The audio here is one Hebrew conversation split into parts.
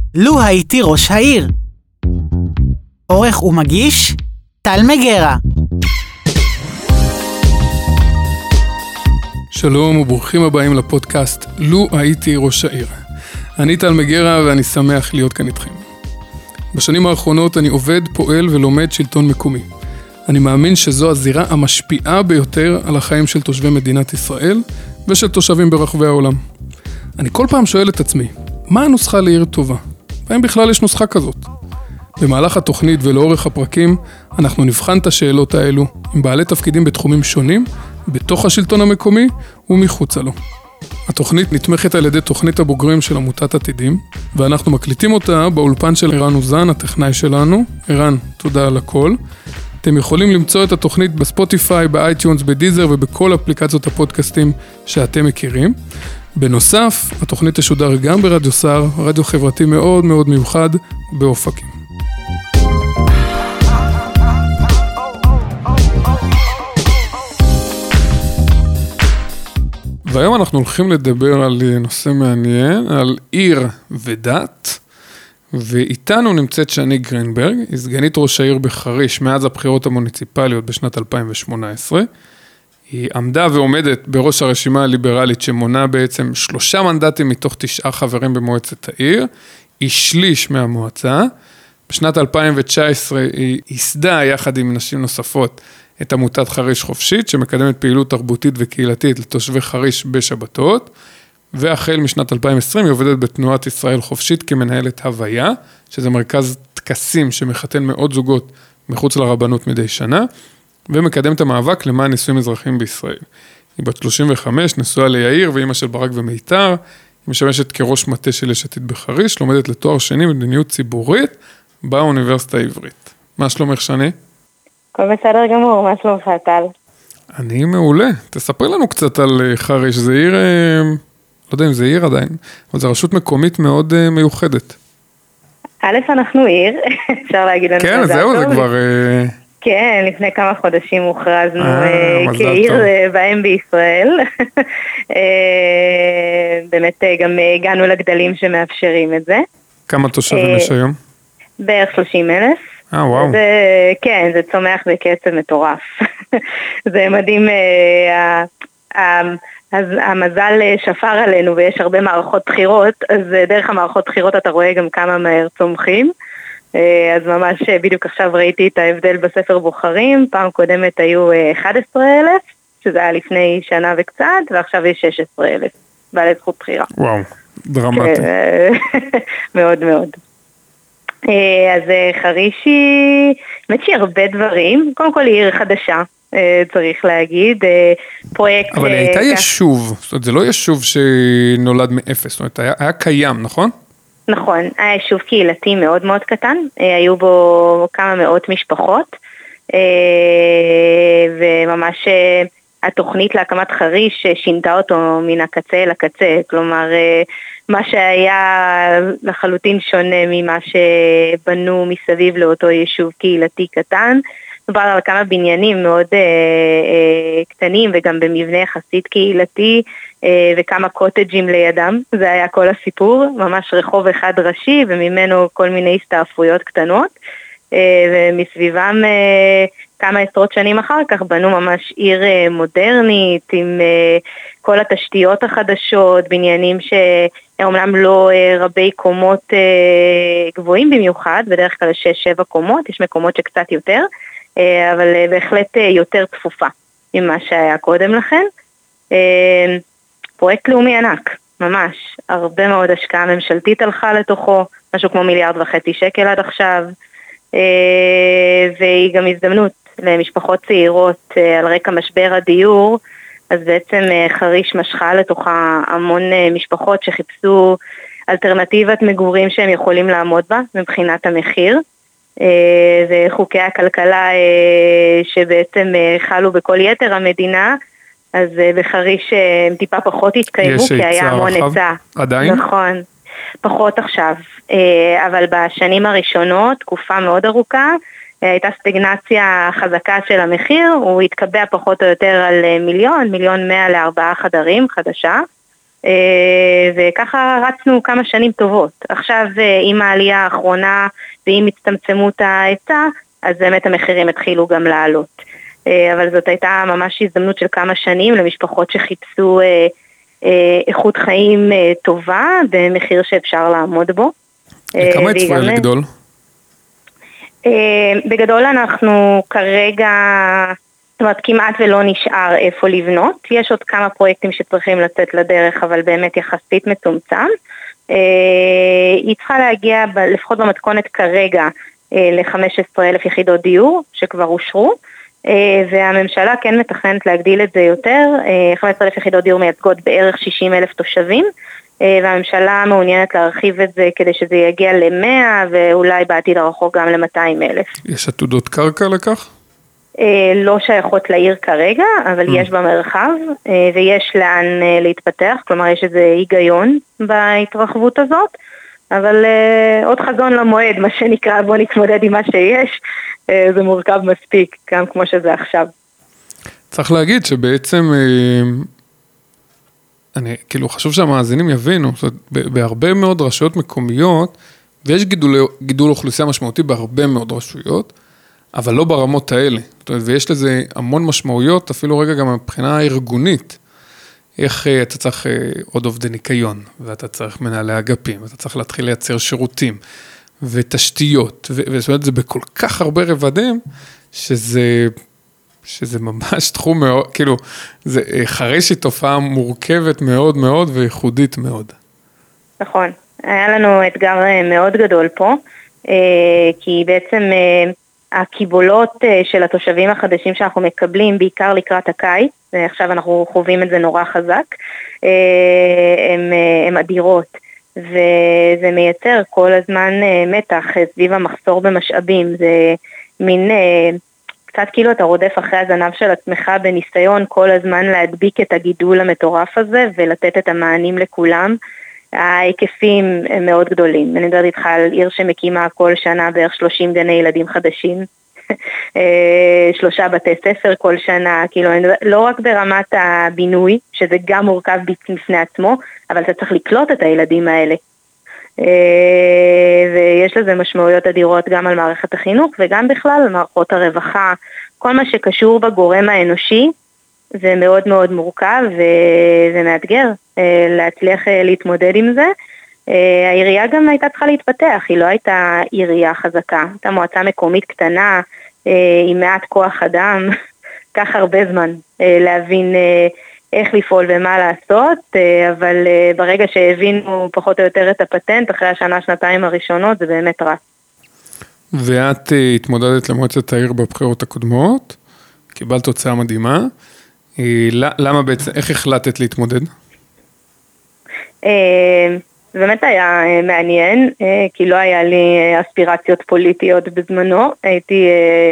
לו הייתי ראש העיר. עורך ומגיש, טל מגרה. שלום וברוכים הבאים לפודקאסט לו הייתי ראש העיר. אני טל מגרה ואני שמח להיות כאן איתכם. בשנים האחרונות אני עובד, פועל ולומד שלטון מקומי. אני מאמין שזו הזירה המשפיעה ביותר על החיים של תושבי מדינת ישראל ושל תושבים ברחבי העולם. אני כל פעם שואל את עצמי, מה הנוסחה לעיר טובה? והאם בכלל יש נוסחה כזאת? במהלך התוכנית ולאורך הפרקים אנחנו נבחן את השאלות האלו עם בעלי תפקידים בתחומים שונים, בתוך השלטון המקומי ומחוצה לו. התוכנית נתמכת על ידי תוכנית הבוגרים של עמותת עתידים, ואנחנו מקליטים אותה באולפן של ערן אוזן, הטכנאי שלנו. ערן, תודה על הכל. אתם יכולים למצוא את התוכנית בספוטיפיי, באייטיונס, בדיזר ובכל אפליקציות הפודקאסטים שאתם מכירים. בנוסף, התוכנית תשודר גם ברדיו סער, רדיו חברתי מאוד מאוד מיוחד באופקים. והיום אנחנו הולכים לדבר על נושא מעניין, על עיר ודת, ואיתנו נמצאת שני גרינברג, היא סגנית ראש העיר בחריש מאז הבחירות המוניציפליות בשנת 2018. היא עמדה ועומדת בראש הרשימה הליברלית שמונה בעצם 3 מנדטים מתוך 9 חברים במועצת העיר, היא שליש מהמועצה. בשנת 2019 היא ייסדה יחד עם נשים נוספות את עמותת חריש חופשית, שמקדמת פעילות תרבותית וקהילתית לתושבי חריש בשבתות, והחל משנת 2020 היא עובדת בתנועת ישראל חופשית כמנהלת הוויה, שזה מרכז טקסים שמחתן מאות זוגות מחוץ לרבנות מדי שנה, ומקדם את המאבק למען נישואים אזרחיים בישראל. היא בת 35, נשואה ליאיר ואימא של ברק ומיתר, היא משמשת כראש מטה של יש עתיד בחריש, לומדת לתואר שני במדיניות ציבורית באוניברסיטה העברית. מה שלומך שני? הכל בסדר גמור, מה שלומך טל? אני מעולה, תספר לנו קצת על חריש, זה עיר, לא יודע אם זה עיר עדיין, אבל זו רשות מקומית מאוד מיוחדת. א', אנחנו עיר, אפשר להגיד לנו. כן, זהו, זה כבר... כן, לפני כמה חודשים הוכרזנו כעיר בהם בישראל. באמת גם הגענו לגדלים שמאפשרים את זה. כמה תושבים יש היום? בערך 30,000. וואו. כן, זה צומח בקצב מטורף. זה מדהים, אז המזל שפר עלינו ויש הרבה מערכות בחירות, אז דרך המערכות בחירות אתה רואה גם כמה מהר צומחים. אז ממש בדיוק עכשיו ראיתי את ההבדל בספר בוחרים, פעם קודמת היו 11,000, שזה היה לפני שנה וקצת, ועכשיו יש 16,000 בעלי זכות בחירה. וואו, דרמטי. מאוד מאוד. אז חריש היא, באמת שהיא הרבה דברים, קודם כל היא עיר חדשה, צריך להגיד, פרויקט... אבל היא הייתה יישוב, זאת אומרת זה לא יישוב שנולד מאפס, זאת אומרת היה קיים, נכון? נכון, היה יישוב קהילתי מאוד מאוד קטן, היו בו כמה מאות משפחות, וממש התוכנית להקמת חריש שינתה אותו מן הקצה אל הקצה, כלומר מה שהיה לחלוטין שונה ממה שבנו מסביב לאותו יישוב קהילתי קטן, מדובר על כמה בניינים מאוד קטנים וגם במבנה יחסית קהילתי וכמה קוטג'ים לידם, זה היה כל הסיפור, ממש רחוב אחד ראשי וממנו כל מיני הסתעפויות קטנות, ומסביבם כמה עשרות שנים אחר כך בנו ממש עיר מודרנית עם כל התשתיות החדשות, בניינים שאומנם לא רבי קומות גבוהים במיוחד, בדרך כלל 6-7 קומות, יש מקומות שקצת יותר, אבל בהחלט יותר צפופה ממה שהיה קודם לכן. פרויקט לאומי ענק, ממש, הרבה מאוד השקעה ממשלתית הלכה לתוכו, משהו כמו 1.5 מיליארד שקל עד עכשיו, והיא גם הזדמנות למשפחות צעירות על רקע משבר הדיור, אז בעצם חריש משכה לתוכה המון משפחות שחיפשו אלטרנטיבת מגורים שהם יכולים לעמוד בה מבחינת המחיר, וחוקי הכלכלה שבעצם חלו בכל יתר המדינה, אז בחריש הם טיפה פחות התקיימו, כי היה המון היצע. עדיין? נכון, פחות עכשיו, אבל בשנים הראשונות, תקופה מאוד ארוכה, הייתה סטגנציה חזקה של המחיר, הוא התקבע פחות או יותר על 1,100,000 ל4 חדרים חדשה, וככה רצנו כמה שנים טובות. עכשיו עם העלייה האחרונה ועם הצטמצמות ההיצע, אז באמת המחירים התחילו גם לעלות. אבל זאת הייתה ממש הזדמנות של כמה שנים למשפחות שחיפשו איכות חיים טובה במחיר שאפשר לעמוד בו. וכמה צפויה לגדול? בגדול אנחנו כרגע, זאת אומרת כמעט ולא נשאר איפה לבנות, יש עוד כמה פרויקטים שצריכים לצאת לדרך, אבל באמת יחסית מצומצם. היא צריכה להגיע לפחות במתכונת כרגע ל-15,000 יחידות דיור שכבר אושרו, והממשלה כן מתכננת להגדיל את זה יותר, 15,000 יחידות דיור מייצגות בערך 60,000 תושבים, והממשלה מעוניינת להרחיב את זה כדי שזה יגיע ל-100 ואולי בעתיד הרחוק גם ל-200,000. יש עתודות קרקע לכך? לא שייכות לעיר כרגע, אבל יש במרחב ויש לאן להתפתח, כלומר יש איזה היגיון בהתרחבות הזאת, אבל עוד חזון למועד, מה שנקרא, בוא נתמודד עם מה שיש, זה מורכב מספיק, גם כמו שזה עכשיו. צריך להגיד שבעצם, כאילו חשוב שהמאזינים יבינו, זאת אומרת, בהרבה מאוד רשויות מקומיות, ויש גידול אוכלוסייה משמעותי בהרבה מאוד רשויות, אבל לא ברמות האלה. זאת אומרת, ויש לזה המון משמעויות, אפילו רגע גם מבחינה הארגונית, איך אתה צריך עוד עובדי ניקיון, ואתה צריך מנהלי אגפים, ואתה צריך להתחיל לייצר שירותים, ותשתיות, זאת אומרת, זה בכל כך הרבה רבדים, שזה ממש תחום מאוד, כאילו, זה חריש היא תופעה מורכבת מאוד מאוד, וייחודית מאוד. נכון, היה לנו אתגר מאוד גדול פה, כי בעצם הקיבולות של התושבים החדשים שאנחנו מקבלים, בעיקר לקראת הקיץ, עכשיו אנחנו חווים את זה נורא חזק, הם אדירות, וזה מייצר כל הזמן מתח סביב המחסור במשאבים, זה מין קצת כאילו אתה רודף אחרי הזנב של עצמך בניסיון כל הזמן להדביק את הגידול המטורף הזה ולתת את המענים לכולם. ההיקפים הם מאוד גדולים. אני מדברת איתך על עיר שמקימה כל שנה בערך 30 גני ילדים חדשים, 3 בתי ספר כל שנה, כאילו לא רק ברמת הבינוי, שזה גם מורכב בפני עצמו, אבל אתה צריך לקלוט את הילדים האלה. ויש לזה משמעויות אדירות גם על מערכת החינוך וגם בכלל על מערכות הרווחה. כל מה שקשור בגורם האנושי זה מאוד מאוד מורכב ומאתגר להצליח להתמודד עם זה. העירייה גם הייתה צריכה להתפתח, היא לא הייתה עירייה חזקה, הייתה מועצה מקומית קטנה עם מעט כוח אדם, כך הרבה זמן להבין איך לפעול ומה לעשות, אבל ברגע שהבינו פחות או יותר את הפטנט, אחרי השנה-שנתיים הראשונות, זה באמת רע. ואת התמודדת למועצת העיר בבחירות הקודמות, קיבלת תוצאה מדהימה, למה בעצם, איך החלטת להתמודד? זה באמת היה מעניין, כי לא היה לי אספירציות פוליטיות בזמנו, הייתי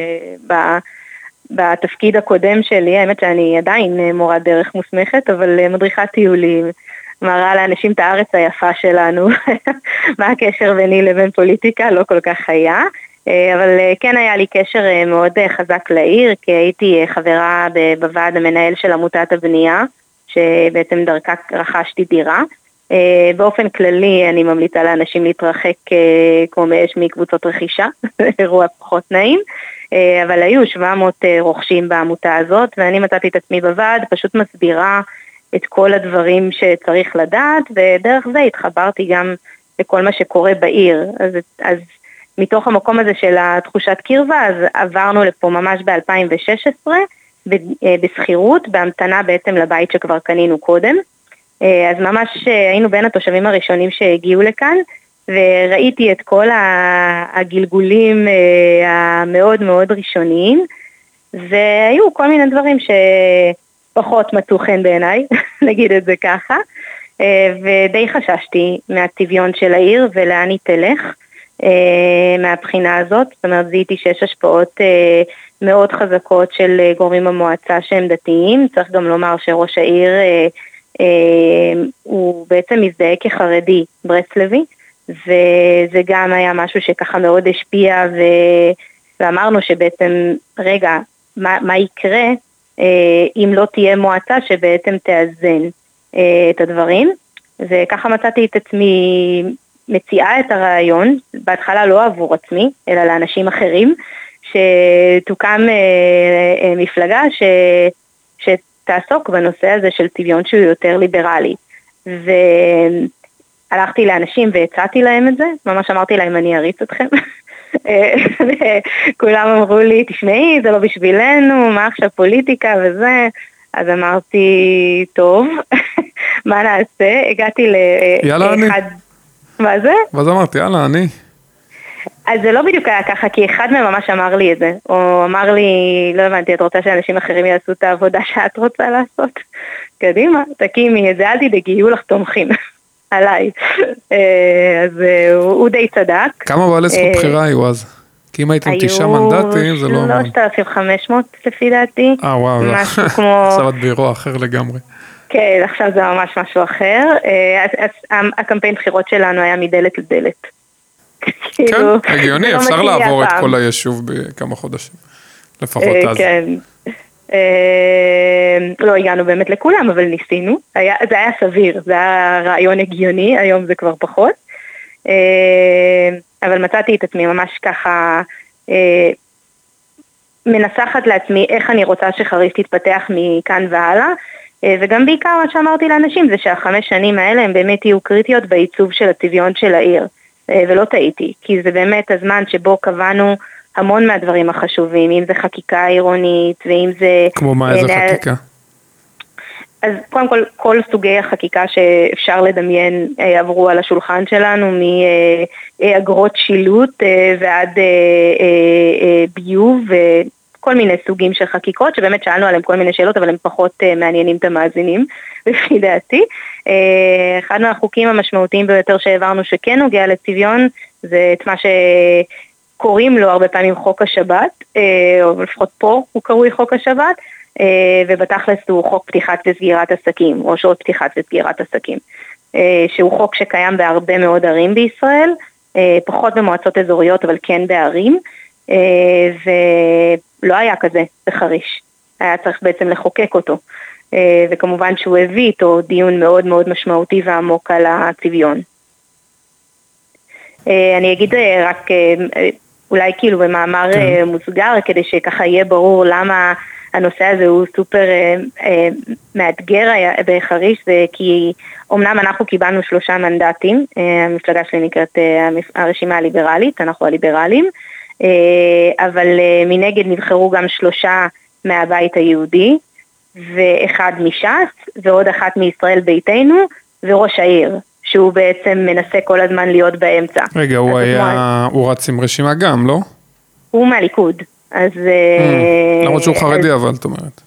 בתפקיד הקודם שלי, האמת שאני עדיין מורה דרך מוסמכת, אבל מדריכת טיולים, מראה לאנשים את הארץ היפה שלנו, מה הקשר ביני לבין פוליטיקה, לא כל כך היה, אבל כן היה לי קשר מאוד חזק לעיר, כי הייתי חברה בוועד המנהל של עמותת הבנייה, שבעצם דרכה רכשתי דירה, באופן כללי אני ממליצה לאנשים להתרחק כמו מאש מקבוצות רכישה, אירוע פחות נעים, אבל היו 700 רוכשים בעמותה הזאת, ואני מצאתי את עצמי בוועד, פשוט מסבירה את כל הדברים שצריך לדעת, ודרך זה התחברתי גם לכל מה שקורה בעיר. אז מתוך המקום הזה של התחושת קרבה, אז עברנו לפה ממש ב-2016, בסחירות, בהמתנה בעצם לבית שכבר קנינו קודם, אז ממש היינו בין התושבים הראשונים שהגיעו לכאן, וראיתי את כל הגלגולים המאוד מאוד ראשוניים, והיו כל מיני דברים שפחות מצאו חן בעיניי, נגיד את זה ככה, ודי חששתי מהטבעון של העיר ולאן היא תלך מהבחינה הזאת, זאת אומרת זיהיתי שיש השפעות מאוד חזקות של גורמים במועצה שהם דתיים, צריך גם לומר שראש העיר הוא בעצם מזדהה כחרדי ברסלבי, וזה גם היה משהו שככה מאוד השפיע, ואמרנו שבעצם, רגע, מה יקרה אם לא תהיה מועצה שבעצם תאזן את הדברים, וככה מצאתי את עצמי מציעה את הרעיון, בהתחלה לא עבור עצמי, אלא לאנשים אחרים, שתוקם מפלגה שתעסוק בנושא הזה של צביון שהוא יותר ליברלי. והלכתי לאנשים והצעתי להם את זה, ממש אמרתי להם אני אריץ אתכם. וכולם אמרו לי, תשמעי, זה לא בשבילנו, מה עכשיו פוליטיקה וזה, אז אמרתי, טוב, מה נעשה? הגעתי יאללה אני. מה זה? ואז אמרתי, יאללה אני. אז זה לא בדיוק היה ככה, כי אחד מהם ממש אמר לי את זה, או אמר לי, לא הבנתי, את רוצה שאנשים אחרים יעשו את העבודה שאת רוצה לעשות? קדימה, תקימי את זה, אל תדאגי, יהיו לך תומכים עליי. אז הוא די צדק. כמה בעלי זכות בחירה היו אז? כי אם הייתם 9 מנדטים, זה לא... היו 3,500 לפי דעתי. וואו, משהו כמו... עכשיו את באירוע אחר לגמרי. כן, עכשיו זה ממש משהו אחר. הקמפיין בחירות שלנו היה מדלת לדלת. כן, הגיוני, אפשר לעבור את כל היישוב בכמה חודשים, לפחות אז. כן, לא הגענו באמת לכולם, אבל ניסינו, זה היה סביר, זה היה רעיון הגיוני, היום זה כבר פחות, אבל מצאתי את עצמי ממש ככה, מנסחת לעצמי איך אני רוצה שחריש תתפתח מכאן והלאה, וגם בעיקר מה שאמרתי לאנשים זה שה5 שנים האלה הם באמת יהיו קריטיות בעיצוב של הצביון של העיר. ולא טעיתי, כי זה באמת הזמן שבו קבענו המון מהדברים החשובים, אם זה חקיקה עירונית, ואם זה... כמו מה, איזה חקיקה? אז קודם כל, כל סוגי החקיקה שאפשר לדמיין עברו על השולחן שלנו, מאגרות שילוט ועד ביוב, וכל מיני סוגים של חקיקות, שבאמת שאלנו עליהם כל מיני שאלות, אבל הם פחות מעניינים את המאזינים, לפי דעתי. אחד מהחוקים המשמעותיים ביותר שהעברנו שכן נוגע לצביון, זה את מה שקוראים לו הרבה פעמים חוק השבת, או לפחות פה הוא קרוי חוק השבת, ובתכלס הוא חוק פתיחת וסגירת עסקים, או שעות פתיחת וסגירת עסקים, שהוא חוק שקיים בהרבה מאוד ערים בישראל, פחות במועצות אזוריות, אבל כן בערים, ולא היה כזה בחריש, היה צריך בעצם לחוקק אותו. וכמובן שהוא הביא איתו דיון מאוד מאוד משמעותי ועמוק על הצביון. אני אגיד רק אולי כאילו במאמר מוסגר, כדי שככה יהיה ברור למה הנושא הזה הוא סופר מאתגר בחריש, זה כי אומנם אנחנו קיבלנו 3 מנדטים, המפלגה שלי נקראת הרשימה הליברלית, אנחנו הליברלים, אבל מנגד נבחרו גם 3 מהבית היהודי, ואחד מש"ס, ועוד אחת מישראל ביתנו, וראש העיר, שהוא בעצם מנסה כל הזמן להיות באמצע. רגע, הוא רץ עם רשימה גם, לא? הוא מהליכוד, אז... למרות שהוא חרדי, אבל את אומרת.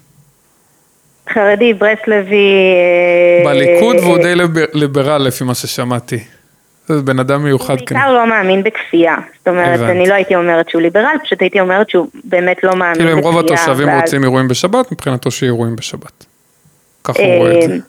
חרדי, ברסלבי... בליכוד והוא די ליברל, לפי מה ששמעתי. זה בן אדם מיוחד. הוא בעיקר לא מאמין בכפייה. זאת אומרת, אני לא הייתי אומרת שהוא ליברל, פשוט הייתי אומרת שהוא באמת לא מאמין בכפייה. כאילו, אם רוב התושבים רוצים אירועים בשבת, מבחינתו שיהיה אירועים בשבת. ככה הוא רואה את זה.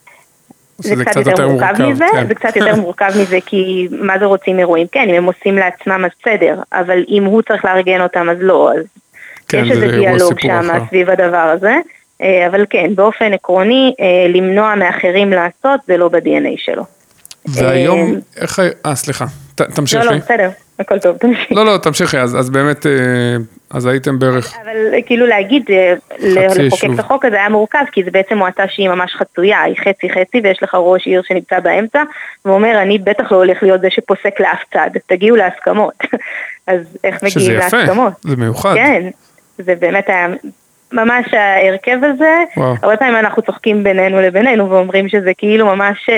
זה קצת יותר מורכב מזה, זה קצת יותר מורכב מזה, כי מה זה רוצים אירועים? כן, אם הם עושים לעצמם אז בסדר, אבל אם הוא צריך לארגן אותם אז לא, אז יש איזה דיאלוג שם סביב הדבר הזה, אבל כן, באופן עקרוני, למנוע מאחרים לעשות, זה לא ב-DNA שלו. והיום, איך... סליחה, תמשיכי. לא, בסדר, הכל טוב, תמשיכי. לא, תמשיכי, אז באמת, אז הייתם בערך... אבל כאילו להגיד, לחוקק את החוק הזה היה מורכב, כי זה בעצם מועצה שהיא ממש חצויה, היא חצי, ויש לך ראש עיר שנמצא באמצע, ואומר, אני בטח לא הולך להיות זה שפוסק לאף צד, תגיעו להסכמות. אז איך מגיעים להסכמות? שזה יפה, זה מיוחד. כן, זה באמת היה... ממש ההרכב הזה, הרבה פעמים אנחנו צוחקים בינינו לבינינו, ואומרים שזה כאילו ממש...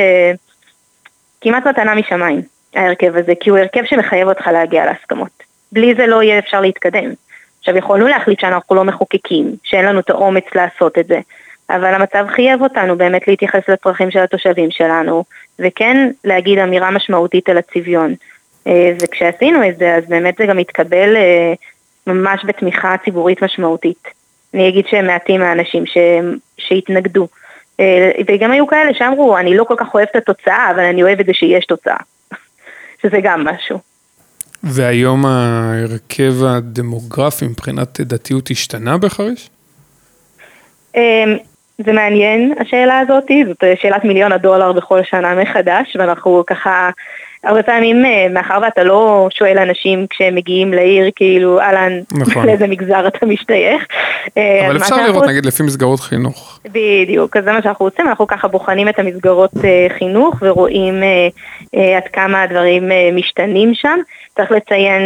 כמעט מתנה משמיים, ההרכב הזה, כי הוא הרכב שמחייב אותך להגיע להסכמות. בלי זה לא יהיה אפשר להתקדם. עכשיו, יכולנו להחליט שאנחנו לא מחוקקים, שאין לנו את האומץ לעשות את זה, אבל המצב חייב אותנו באמת להתייחס לצרכים של התושבים שלנו, וכן להגיד אמירה משמעותית על הצביון. וכשעשינו את זה, אז באמת זה גם התקבל ממש בתמיכה ציבורית משמעותית. אני אגיד שהם מעטים מהאנשים שהתנגדו. וגם היו כאלה שאמרו, אני לא כל כך אוהב את התוצאה, אבל אני אוהב את זה שיש תוצאה. שזה גם משהו. והיום ההרכב הדמוגרפי מבחינת דתיות השתנה בחריש? זה מעניין השאלה הזאת, זאת שאלת $1,000,000 בכל שנה מחדש, ואנחנו ככה, הרבה פעמים, מאחר ואתה לא שואל אנשים כשהם מגיעים לעיר, כאילו, אהלן, נכון. לאיזה מגזר אתה משתייך. אבל אפשר לראות, נגיד, לפי מסגרות חינוך. בדיוק, אז זה מה שאנחנו עושים, אנחנו ככה בוחנים את המסגרות חינוך, ורואים עד כמה הדברים משתנים שם. צריך לציין,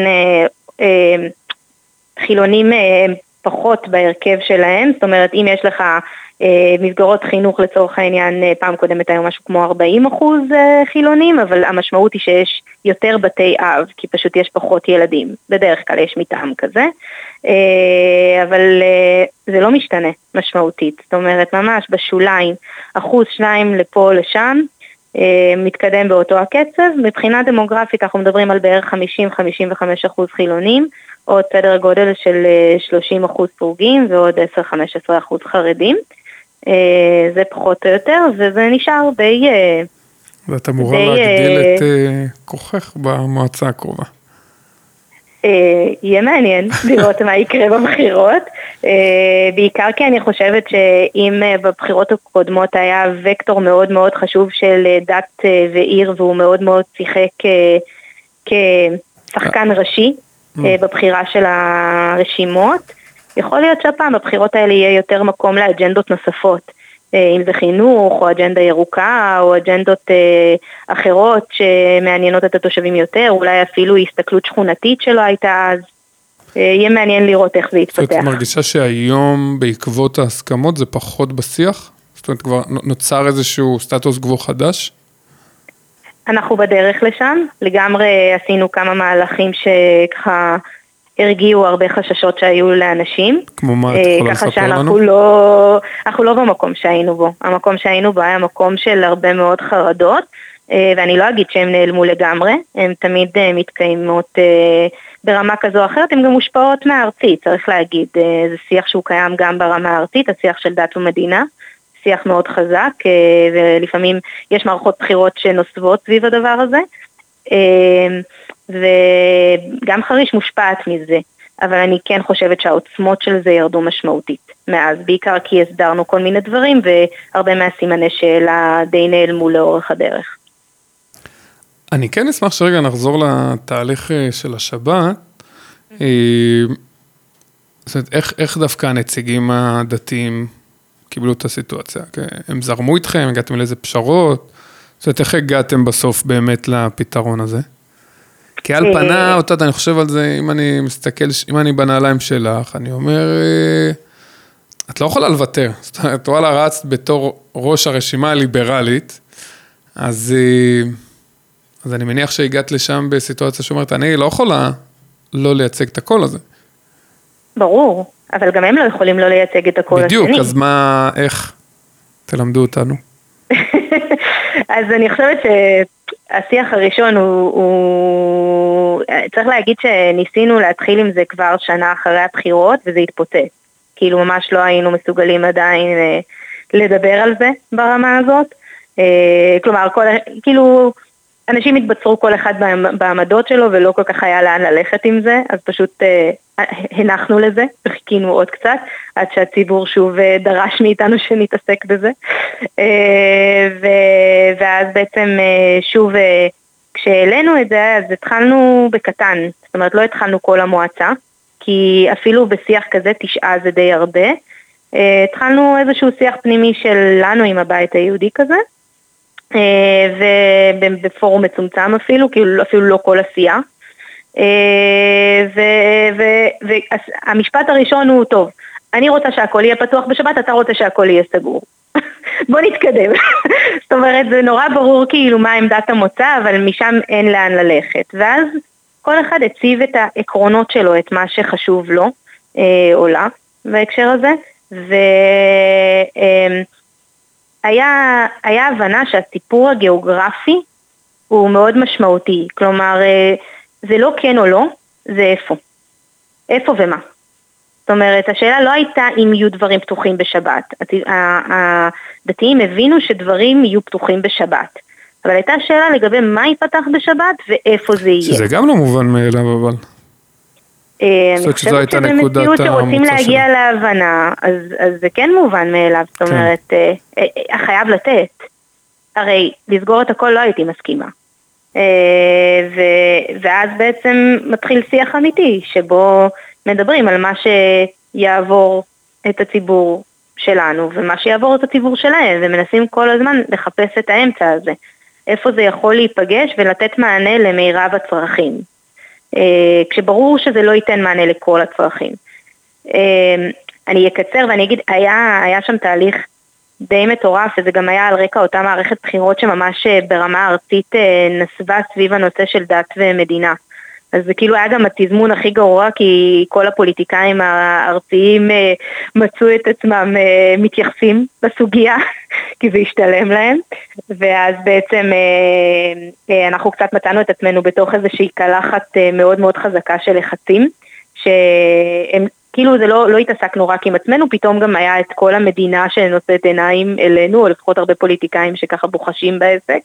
חילונים פחות בהרכב שלהם, זאת אומרת, אם יש לך מסגרות חינוך לצורך העניין, פעם קודמת היום משהו כמו 40% חילונים, אבל המשמעות היא שיש יותר בתי אב, כי פשוט יש פחות ילדים, בדרך כלל יש מטעם כזה, אבל זה לא משתנה משמעותית, זאת אומרת ממש בשוליים, 1-2% לפה לשם, מתקדם באותו הקצב, מבחינה דמוגרפית אנחנו מדברים על בערך 50-55% חילונים, עוד סדר גודל של 30% פורגים ועוד 10-15% חרדים, זה פחות או יותר, וזה נשאר די... ואת אמורה להגדיל את כוחך במועצה הקרובה. יהיה מעניין לראות מה יקרה בבחירות, בעיקר כי אני חושבת שאם בבחירות הקודמות היה וקטור מאוד מאוד חשוב של דת ועיר, והוא מאוד מאוד שיחק כשחקן ראשי בבחירה של הרשימות, יכול להיות שהפעם בבחירות האלה יהיה יותר מקום לאג'נדות נוספות, אם זה חינוך או אג'נדה ירוקה או אג'נדות אחרות שמעניינות את התושבים יותר, אולי אפילו הסתכלות שכונתית שלא הייתה אז, יהיה מעניין לראות איך זה יתפתח. את מרגישה שהיום בעקבות ההסכמות זה פחות בשיח? זאת אומרת כבר נוצר איזשהו סטטוס קוו חדש? אנחנו בדרך לשם, לגמרי עשינו כמה מהלכים שככה הרגיעו הרבה חששות שהיו לאנשים. כמו מה, את יכולה לספר לנו? אנחנו לא במקום שהיינו בו. המקום שהיינו בו היה מקום של הרבה מאוד חרדות, ואני לא אגיד שהם נעלמו לגמרי, הם תמיד מתקיימות ברמה כזו או אחרת, הם גם מושפעות מהארצית, צריך להגיד, זה שיח שהוא קיים גם ברמה הארצית, השיח של דת ומדינה, שיח מאוד חזק, ולפעמים יש מערכות בחירות שנוסבות סביב הדבר הזה, וגם חריש מושפעת מזה, אבל אני כן חושבת שהעוצמות של זה ירדו משמעותית מאז, בעיקר כי הסדרנו כל מיני דברים, והרבה מהסימני שאלה די נעלמו לאורך הדרך. אני כן אשמח שרגע נחזור לתהליך של השבת, זאת אומרת, איך דווקא הנציגים הדתיים קיבלו את הסיטואציה? הם זרמו איתכם, הגעתם לאיזה פשרות? זאת אומרת, איך הגעתם בסוף באמת לפתרון הזה? כי על פנה, אותת, אני חושב על זה, אם אני מסתכל, אם אני בנעליים שלך, אני אומר, את לא יכולה לוותר. זאת אומרת, וואלה, רצת בתור ראש הרשימה הליברלית, אז אני מניח שהגעת לשם בסיטואציה שאומרת, אני לא יכולה לא לייצג את הקול הזה. ברור, אבל גם הם לא יכולים לא לייצג את הקול השני. בדיוק, אז מה, איך? תלמדו אותנו. אז אני חושבת שהשיח הראשון הוא צריך להגיד שניסינו להתחיל עם זה כבר שנה אחרי הבחירות, וזה התפוצץ. כאילו ממש לא היינו מסוגלים עדיין לדבר על זה ברמה הזאת. כלומר, כאילו אנשים התבצרו כל אחד בעמדות שלו, ולא כל כך היה לאן ללכת עם זה, אז פשוט הנחנו לזה, וחיכינו עוד קצת, עד שהציבור שוב דרש מאיתנו שנתעסק בזה. ואז בעצם שוב, כשהעלינו את זה, אז התחלנו בקטן, זאת אומרת לא התחלנו כל המועצה, כי אפילו בשיח כזה 9 זה די הרבה, התחלנו איזשהו שיח פנימי שלנו עם הבית היהודי כזה, ובפורום מצומצם אפילו, כאילו אפילו לא כל עשייה, והמשפט הראשון הוא טוב, אני רוצה שהכל יהיה פתוח בשבת, אתה רוצה שהכל יהיה סגור. בוא נתקדם. זאת אומרת, זה נורא ברור כאילו מה עמדת המוצא, אבל משם אין לאן ללכת. ואז כל אחד הציב את העקרונות שלו, את מה שחשוב לו, או לה, בהקשר הזה, היה הבנה שהסיפור הגיאוגרפי הוא מאוד משמעותי, כלומר, זה לא כן או לא, זה איפה. איפה ומה. זאת אומרת, השאלה לא הייתה אם יהיו דברים פתוחים בשבת. הדתיים הבינו שדברים יהיו פתוחים בשבת. אבל הייתה שאלה לגבי מה ייפתח בשבת ואיפה זה יהיה. שזה גם לא מובן מאליו, אבל. אני חושבת שבמציאות שרוצים להגיע להבנה, אז זה כן מובן מאליו, זאת אומרת, חייב לתת. הרי לסגור את הכל לא הייתי מסכימה. ואז בעצם מתחיל שיח אמיתי, שבו מדברים על מה שיעבור את הציבור שלנו, ומה שיעבור את הציבור שלהם, ומנסים כל הזמן לחפש את האמצע הזה. איפה זה יכול להיפגש ולתת מענה למירב הצרכים. כשברור שזה לא ייתן מענה לכל הצרכים. אני אקצר ואני אגיד, היה שם תהליך די מטורף, וזה גם היה על רקע אותה מערכת בחירות שממש ברמה ארצית נסבה סביב הנושא של דת ומדינה. אז זה כאילו היה גם התזמון הכי גרוע, כי כל הפוליטיקאים הארציים מצאו את עצמם מתייחסים בסוגיה, כי זה השתלם להם, ואז בעצם אנחנו קצת מצאנו את עצמנו בתוך איזושהי קלחת מאוד מאוד חזקה של לחצים, שהם כאילו זה לא התעסקנו רק עם עצמנו, פתאום גם היה את כל המדינה שנושאת עיניים אלינו, או לפחות הרבה פוליטיקאים שככה בוחשים בעסק,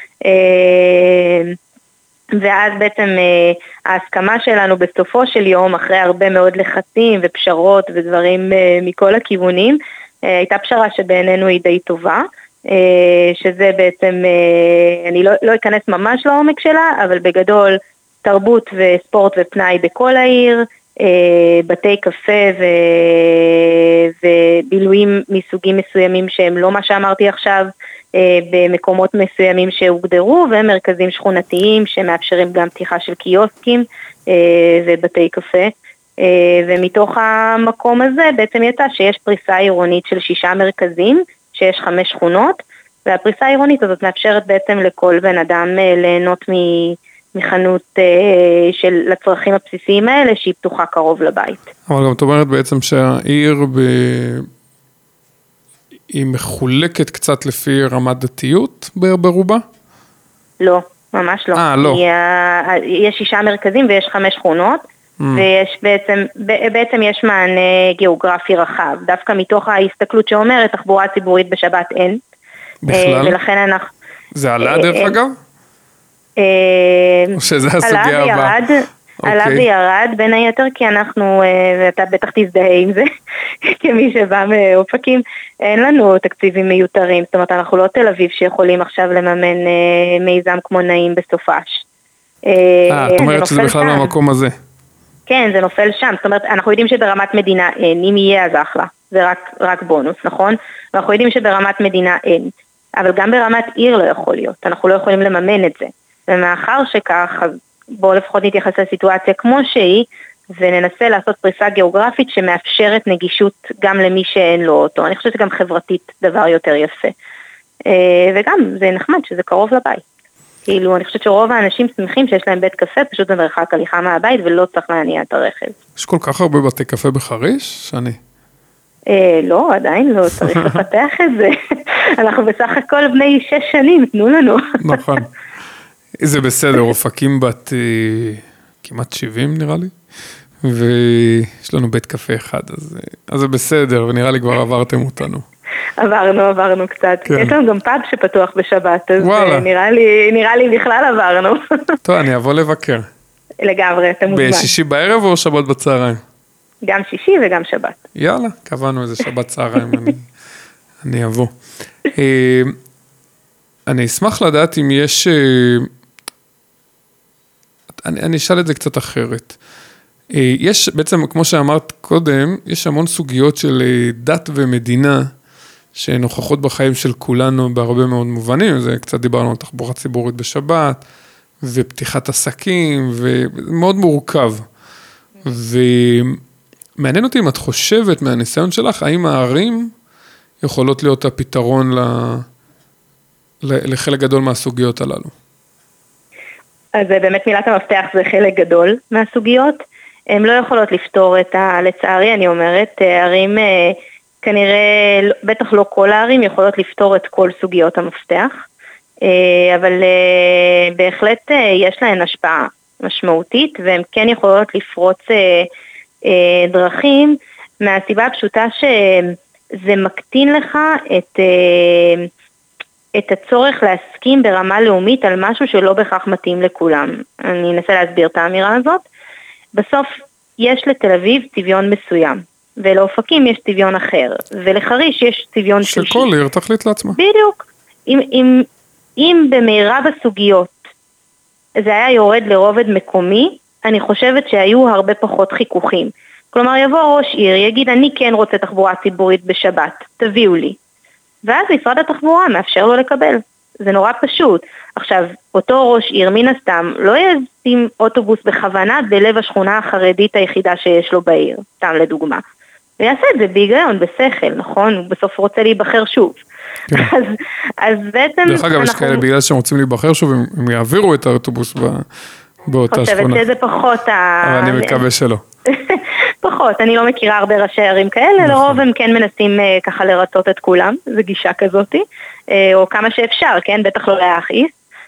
ואז בעצם ההסכמה שלנו בסופו של יום, אחרי הרבה מאוד לחצים ופשרות ודברים מכל הכיוונים, הייתה פשרה שבעינינו היא די טובה, שזה בעצם, אני לא אכנס ממש לעומק שלה, אבל בגדול תרבות וספורט ופנאי בכל העיר, בתי קפה ובילויים מסוגים מסוימים שהם לא מה שאמרתי עכשיו, במקומות מסוימים שהוגדרו, ומרכזים שכונתיים שמאפשרים גם פתיחה של קיוסקים ובתי קפה, ומתוך המקום הזה בעצם יצא שיש פריסה עירונית של 6 מרכזים, שיש 5 שכונות, והפריסה העירונית הזאת מאפשרת בעצם לכל בן אדם ליהנות מחנות של לצרכים הבסיסיים האלה, שהיא פתוחה קרוב לבית. אבל גם את אומרת בעצם שהעיר היא מחולקת קצת לפי רמת דתיות ברובה? לא, ממש לא. לא. יש 6 מרכזים ויש 5 שכונות, ויש בעצם יש מענה גיאוגרפי רחב, דווקא מתוך ההסתכלות שאומרת, תחבורה ציבורית בשבת אין. בכלל? ולכן אנחנו... זה עלה דרך אגב? או שזה הסוגיה הבאה? עלה וירד, בין היתר כי אנחנו, ואתה בטח תזדהה עם זה, כמי שבא מאופקים, אין לנו תקציבים מיותרים, זאת אומרת אנחנו לא תל אביב שיכולים עכשיו לממן מיזם כמו נעים בסופש. את אומרת שזה בכלל במקום הזה. כן, זה נופל שם, זאת אומרת אנחנו יודעים שברמת מדינה אין, אם יהיה אז אחלה, זה רק בונוס, נכון? ואנחנו יודעים שברמת מדינה אין, אבל גם ברמת עיר לא יכול להיות, אנחנו לא יכולים לממן את זה, ומאחר שכך, אז בואו לפחות נתייחס לסיטואציה כמו שהיא, וננסה לעשות פריסה גיאוגרפית שמאפשרת נגישות גם למי שאין לו אותו. אני חושבת שגם חברתית דבר יותר יפה. וגם זה נחמד שזה קרוב לבית. כאילו אני חושבת שרוב האנשים שמחים שיש להם בית קפה, פשוט במרחק הליכה מהבית ולא צריך להניע את הרכב. יש כל כך הרבה בתי קפה בחריש, שני? לא, עדיין לא, צריך לפתח את זה. אנחנו בסך הכל בני 6 שנים, תנו לנו. נכון. זה בסדר, אופקים בת כמעט 70 נראה לי, ויש לנו בית קפה אחד, אז זה בסדר, ונראה לי כבר עברתם אותנו. עברנו קצת. כן. יש לנו גם פאב שפתוח בשבת, אז נראה לי בכלל עברנו. טוב, אני אבוא לבקר. לגמרי, אתה מוזמן. בשישי בערב או שבת בצהריים? גם שישי וגם שבת. יאללה, קבענו איזה שבת צהריים, אני אבוא. אני אשמח לדעת אם יש, אני אשאל את זה קצת אחרת. יש בעצם, כמו שאמרת קודם, יש המון סוגיות של דת ומדינה, שנוכחות בחיים של כולנו בהרבה מאוד מובנים, זה קצת דיברנו על תחבורה ציבורית בשבת, ופתיחת עסקים, ומאוד מורכב. ומעניין אותי אם את חושבת מהניסיון שלך, האם הערים יכולות להיות הפתרון לחלק גדול מהסוגיות הללו? אז באמת מילת המפתח זה חלק גדול מהסוגיות. הן לא יכולות לפתור לצערי אני אומרת, ערים כנראה, בטח לא כל הערים יכולות לפתור את כל סוגיות המפתח, אבל בהחלט יש להן השפעה משמעותית, והן כן יכולות לפרוץ דרכים, מהסיבה הפשוטה שזה מקטין לך את הצורך להסכים ברמה לאומית על משהו שלא בכך מתאים לכולם. אני אנסה להסביר את האמירה הזאת. בסוף יש לתל אביב צביון מסוים, ולאופקים יש צביון אחר, ולחריש יש צביון שלישי. שכל עיר תחליט לעצמה. בדיוק. אם במהירה בסוגיות זה היה יורד לרובד מקומי, אני חושבת שהיו הרבה פחות חיכוכים. כלומר, יבוא ראש עיר, יגיד, אני כן רוצה תחבורה ציבורית בשבת, תביאו לי. ואז משרד התחבורה מאפשר לו לקבל. זה נורא פשוט. עכשיו, אותו ראש עיר מן הסתם לא ישים אוטובוס בכוונה בלב השכונה החרדית היחידה שיש לו בעיר, סתם לדוגמה. ויעשה את זה בהיגיון, בשכל, נכון? הוא בסוף רוצה להיבחר שוב. כן. אז בעצם... דרך אגב, יש כאלה בגלל שהם רוצים להיבחר שוב, הם יעבירו את האוטובוס באותה שכונה. חושבת שזה פחות אבל אני מקווה שלא. פחות, אני לא מכירה הרבה ראשי ערים כאלה, לרוב הם כן מנסים ככה לרצות את כולם, זו גישה כזאת, או כמה שאפשר, כן? בטח לא להכעיס.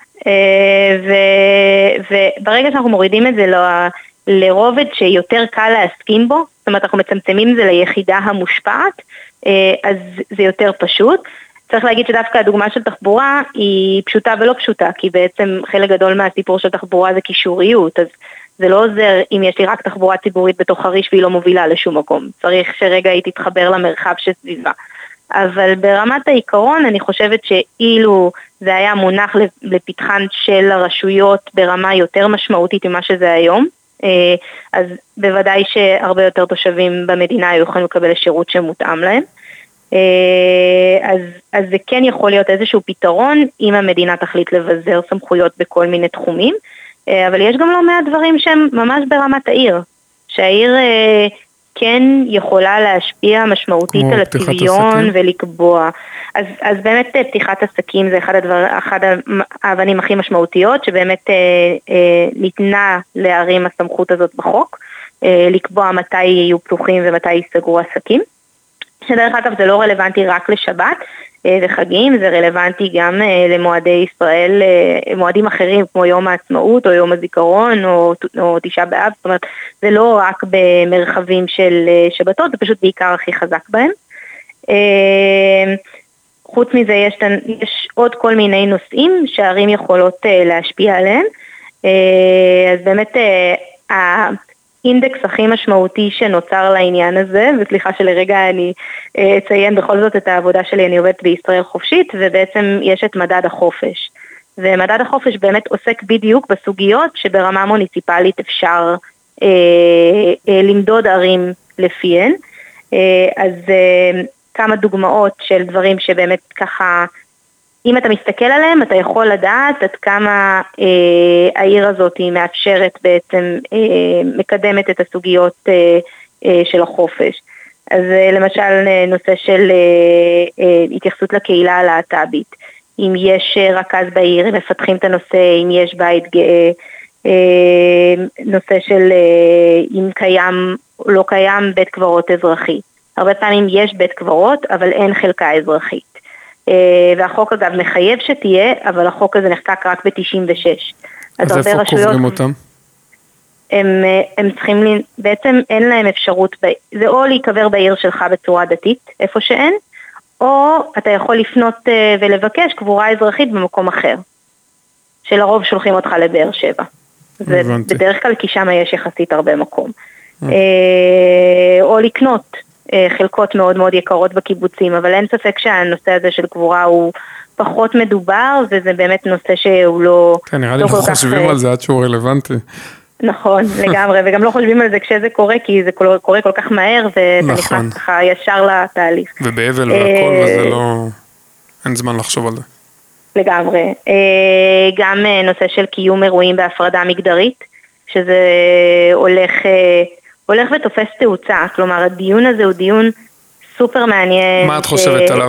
וברגע שאנחנו מורידים את זה לרובד שיותר קל להסכים בו, זאת אומרת, אנחנו מצמצמים את זה ליחידה המושפעת, אז זה יותר פשוט. צריך להגיד שדווקא הדוגמה של תחבורה היא פשוטה ולא פשוטה, כי בעצם חלק גדול מהסיפור של תחבורה זה קישוריות, אז זה לא עוזר אם יש לי רק תחבורה ציבורית בתוך חריש והיא לא מובילה לשום מקום. צריך שרגע היא תתחבר למרחב שסביבה. אבל ברמת העיקרון אני חושבת שאילו זה היה מונח לפתחן של הרשויות ברמה יותר משמעותית ממה שזה היום, אז בוודאי שהרבה יותר תושבים במדינה היו יכולים לקבל שירות שמותאם להם. אז זה כן יכול להיות איזשהו פתרון אם המדינה תחליט לבזר סמכויות בכל מיני תחומים, אבל יש גם לא מעט דברים שהם ממש ברמת העיר, שהעיר כן יכולה להשפיע משמעותית על הצביון ולקבוע. אז באמת פתיחת עסקים זה אחד האבנים הכי משמעותיות, שבאמת ניתנה לערים הסמכות הזאת בחוק, לקבוע מתי יהיו פתוחים ומתי ייסגרו עסקים. שדרך אגב זה לא רלוונטי רק לשבת וחגים, זה רלוונטי גם למועדי ישראל, מועדים אחרים כמו יום העצמאות או יום הזיכרון או תשעה באב, זאת אומרת זה לא רק במרחבים של שבתות, זה פשוט בעיקר הכי חזק בהם. חוץ מזה יש עוד כל מיני נושאים שהערים יכולות להשפיע עליהם, אז באמת האינדקס הכי משמעותי שנוצר לעניין הזה, וסליחה שלרגע אני אציין בכל זאת את העבודה שלי, אני עובדת בישראל חופשית, ובעצם יש את מדד החופש. ומדד החופש באמת עוסק בדיוק בסוגיות שברמה מוניציפלית אפשר למדוד ערים לפיהן. אז כמה דוגמאות של דברים שבאמת ככה, אם אתה מסתכל עליהם, אתה יכול לדעת עד כמה העיר הזאת היא מאפשרת בעצם, מקדמת את הסוגיות של החופש. אז למשל נושא של התייחסות לקהילה הלהט"בית. אם יש רכז בעיר, הם מפתחים את הנושא, אם יש בית גאה, נושא של אם קיים או לא קיים בית קברות אזרחי. הרבה פעמים יש בית קברות, אבל אין חלקה אזרחית. והחוק אגב מחייב שתהיה, אבל החוק הזה נחקק רק ב-96. אז איפה קוברים אותם? הם צריכים, בעצם אין להם אפשרות, זה או להיקבר בעיר שלך בצורה דתית, איפה שאין, או אתה יכול לפנות ולבקש קבורה אזרחית במקום אחר, שלרוב שולחים אותך לבאר שבע. בדרך כלל כי שם יש יחסית הרבה מקום. או לקנות חלקות מאוד מאוד יקרות בקיבוצים, אבל אין ספק שהנושא הזה של קבורה הוא פחות מדובר, וזה באמת נושא שהוא לא... כן, נראה לי לא חושבים על זה עד שהוא רלוונטי. נכון, לגמרי, וגם לא חושבים על זה כשזה קורה, כי זה קורה כל כך מהר, ואתה נכנס ככה ישר לתהליך. ובאבל והכל, וזה לא... אין זמן לחשוב על זה. לגמרי. גם נושא של קיום אירועים בהפרדה מגדרית, שזה הולך ותופס תאוצה, כלומר הדיון הזה הוא דיון סופר מעניין. מה את חושבת עליו?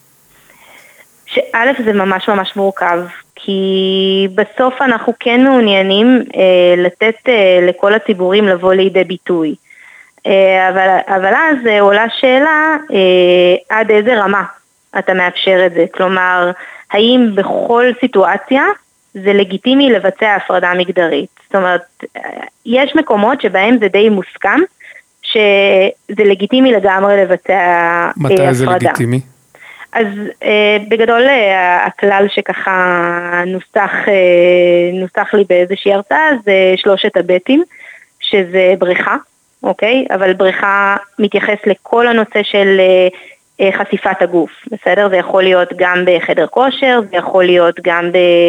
שא' זה ממש ממש מורכב, כי בסוף אנחנו כן מעוניינים לתת לכל הציבורים לבוא לידי ביטוי. אבל אז עולה שאלה עד איזה רמה אתה מאפשר את זה, כלומר האם בכל סיטואציה זה לגיטימי לבצע הפרדה מגדרית. זאת אומרת, יש מקומות שבהם זה די מוסכם, שזה לגיטימי לגמרי לבצע הפרדה. מתי זה לגיטימי? אז בגדול הכלל שככה נוסח לי באיזושהי הרצאה, זה 3 הבטים, שזה בריכה, אוקיי? אבל בריכה מתייחס לכל הנושא של חשיפת הגוף, בסדר? זה יכול להיות גם בחדר כושר, זה יכול להיות גם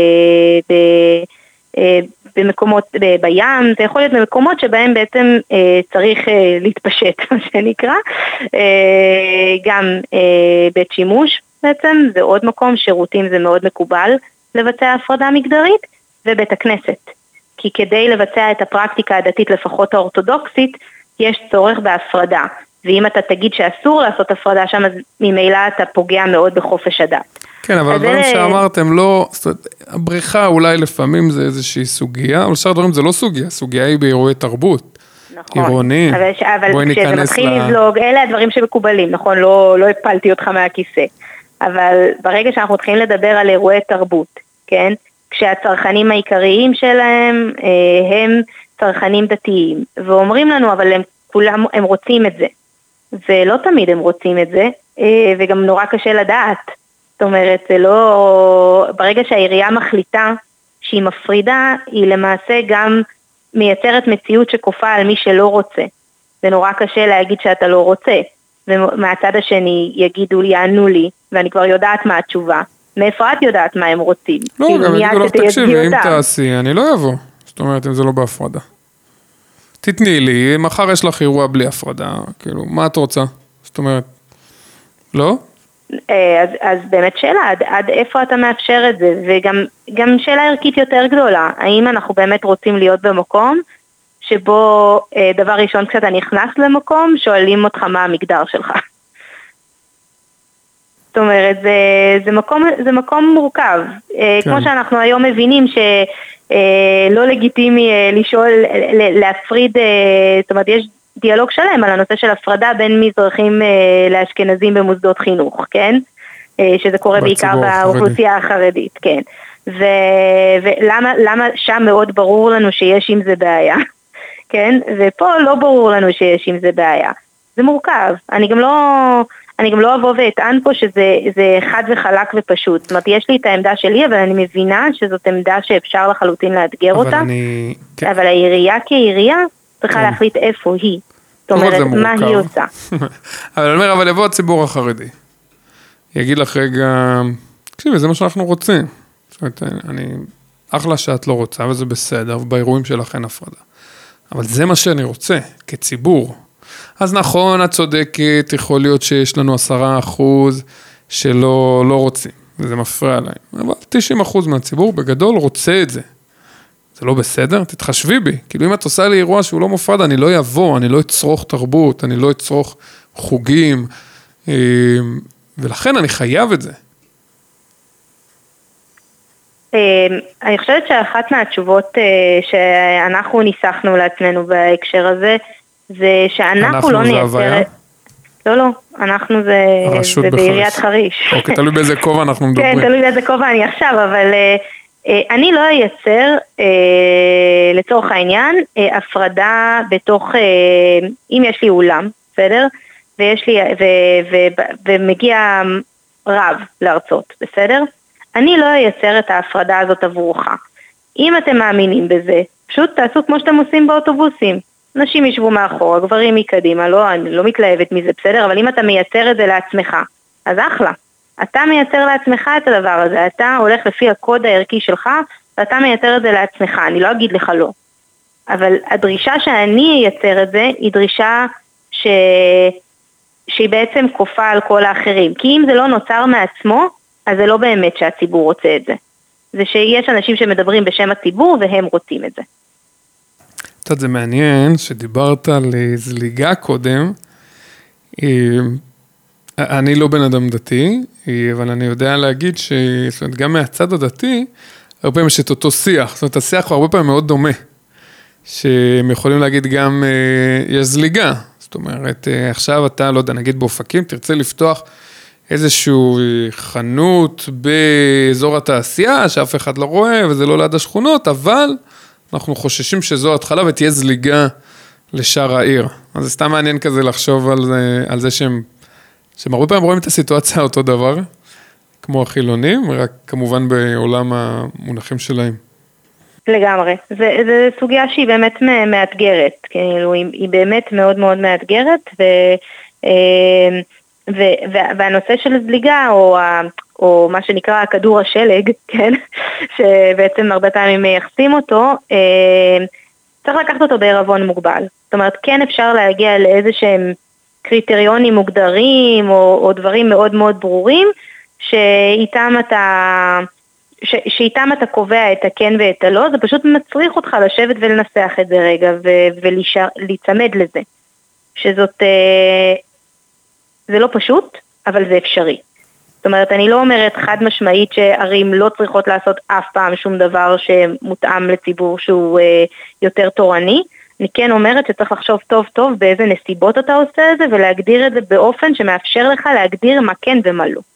במקומות בים, זה יכול להיות במקומות שבהם בעצם צריך להתפשט, מה שנקרא, גם בית שימוש בעצם, זה עוד מקום, שירותים זה מאוד מקובל לבצע הפרדה מגדרית, ובית הכנסת, כי כדי לבצע את הפרקטיקה הדתית, לפחות האורתודוקסית, יש צורך בהפרדה, ואם אתה תגיד שאסור לעשות הפרדה שם, אז ממילא אתה פוגע מאוד בחופש הדת. כן, אבל הדברים שאמרתם לא, הבריכה אולי לפעמים זה איזושהי סוגיה, אבל שאר הדברים זה לא סוגיה, הסוגיה היא באירועי תרבות, עירוניים. אבל כשזה מתחיל לזלוג, אלה הדברים שמקובלים, נכון? לא הפלתי אותך מהכיסא. אבל ברגע שאנחנו מתחילים לדבר על אירועי תרבות, כן? כשהצרכנים העיקריים שלהם הם צרכנים דתיים, ואומרים לנו, אבל הם רוצים את זה. ולא תמיד הם רוצים את זה, וגם נורא קשה לדעת. זאת אומרת, זה לא... ברגע שהעירייה מחליטה שהיא מפרידה, היא למעשה גם מייצרת מציאות שכופה על מי שלא רוצה. זה נורא קשה להגיד שאתה לא רוצה. ומהצד השני יענו לי, ואני כבר יודעת מה התשובה. מאיפה את יודעת מה הם רוצים? לא, גם יגידו לך, תקשיבי, אם תעשי, אני לא אבוא. זאת אומרת, אם זה לא בהפרדה. תתני לי, מחר יש לך אירוע בלי הפרדה, כאילו, מה את רוצה? זאת אומרת, לא? אז באמת שאלה, עד איפה אתה מאפשר את זה? וגם שאלה ערכית יותר גדולה, האם אנחנו באמת רוצים להיות במקום, שבו דבר ראשון כשאתה נכנס למקום, שואלים אותך מה המגדר שלך. זאת אומרת, זה מקום מורכב. כן. כמו שאנחנו היום מבינים שלא לגיטימי לשאול, להפריד, זאת אומרת, יש דיאלוג שלם על הנושא של הפרדה בין מזרחים לאשכנזים במוסדות חינוך, כן? שזה קורה בעיקר באוכלוסייה החרדית, כן. ולמה שם מאוד ברור לנו שיש עם זה בעיה, כן? ופה לא ברור לנו שיש עם זה בעיה. זה מורכב. אני גם לא אבוא ואטען פה שזה חד וחלק ופשוט. זאת אומרת, יש לי את העמדה שלי, אבל אני מבינה שזאת עמדה שאפשר לחלוטין לאתגר אותה. אבל העירייה כעירייה צריכה להחליט איפה היא. זאת אומרת, מה היא עושה. אבל אני אומר, אבל יבוא הציבור החרדי. יגיד לך רגע, תקשיבי, זה מה שאנחנו רוצים. זאת אומרת, אחלה שאת לא רוצה, וזה בסדר, ובאירועים שלך אין הפרדה. אבל זה מה שאני רוצה, כציבור. אז נכון, את צודקת, יכול להיות שיש לנו 10% שלא רוצים, וזה מפריע להם. אבל 90% מהציבור בגדול רוצה את זה. זה לא בסדר? תתחשבי בי. כאילו אם את עושה לי אירוע שהוא לא מופרד, אני לא אבוא, אני לא אצרוך תרבות, אני לא אצרוך חוגים, ולכן אני חייב את זה. אני חושבת שאחת מהתשובות שאנחנו ניסחנו לעצמנו בהקשר הזה, זה שאנחנו לא נייצר... לא, אנחנו זה בעיריית חריש. אוקיי, תלוי באיזה כובע אנחנו מדברים. כן, תלוי באיזה כובע אני עכשיו, אבל אני לא אייצר, לצורך העניין, הפרדה בתוך, אם יש לי אולם, בסדר? ומגיע רב לארצות, בסדר? אני לא אייצר את ההפרדה הזאת עבורך. אם אתם מאמינים בזה, פשוט תעשו כמו שאתם עושים באוטובוסים. נשים ישבו מאחור, הגברים מקדימה, אני לא מתלהבת מזה, בסדר? אבל אם אתה מייצר את זה לעצמך, אז אחלה. אתה מייצר לעצמך את הדבר הזה, אתה הולך לפי הקוד הערכי שלך, ואתה מייצר את זה לעצמך, אני לא אגיד לך לא. אבל הדרישה שאני אייצר את זה, היא דרישה שהיא בעצם כופה על כל האחרים. כי אם זה לא נוצר מעצמו, אז זה לא באמת שהציבור רוצה את זה. זה שיש אנשים שמדברים בשם הציבור, והם רוצים את זה. זה מעניין שדיברת על זליגה קודם, אני לא בן אדם דתי, אבל אני יודע להגיד שגם מהצד הדתי, הרבה פעמים יש את אותו שיח, זאת אומרת השיח הוא הרבה פעמים מאוד דומה, שהם יכולים להגיד גם יש זליגה, זאת אומרת עכשיו אתה לא יודע נגיד באופקים, תרצה לפתוח איזשהו חנות באזור התעשייה, שאף אחד לא רואה וזה לא ליד השכונות, אבל אנחנו חוששים שזו התחלה ותהיה זליגה לשאר העיר. אז זה סתם מעניין כזה לחשוב על זה שהם הרבה פעמים רואים את הסיטואציה אותו דבר, כמו החילונים, רק כמובן בעולם המונחים שלהם. לגמרי. זו סוגיה שהיא באמת מאתגרת, כאילו היא באמת מאוד מאוד מאתגרת, והנושא של זליגה, או מה שנקרא כדור השלג, כן? שבעצם הרבה פעמים מייחסים אותו, צריך לקחת אותו בערבון מוגבל. זאת אומרת, כן אפשר להגיע לאיזה שהם קריטריונים מוגדרים, או דברים מאוד מאוד ברורים, שאיתם אתה קובע את הכן ואת הלא, זה פשוט מצריך אותך לשבת ולנסח את זה רגע, ולהצמד לזה. שזאת, זה לא פשוט, אבל זה אפשרי. זאת אומרת, אני לא אומרת חד משמעית שערים לא צריכות לעשות אף פעם שום דבר שמותאם לציבור שהוא יותר תורני. אני כן אומרת שצריך לחשוב טוב טוב באיזה נסיבות אתה עושה את זה, ולהגדיר את זה באופן שמאפשר לך להגדיר מה כן ומה לא.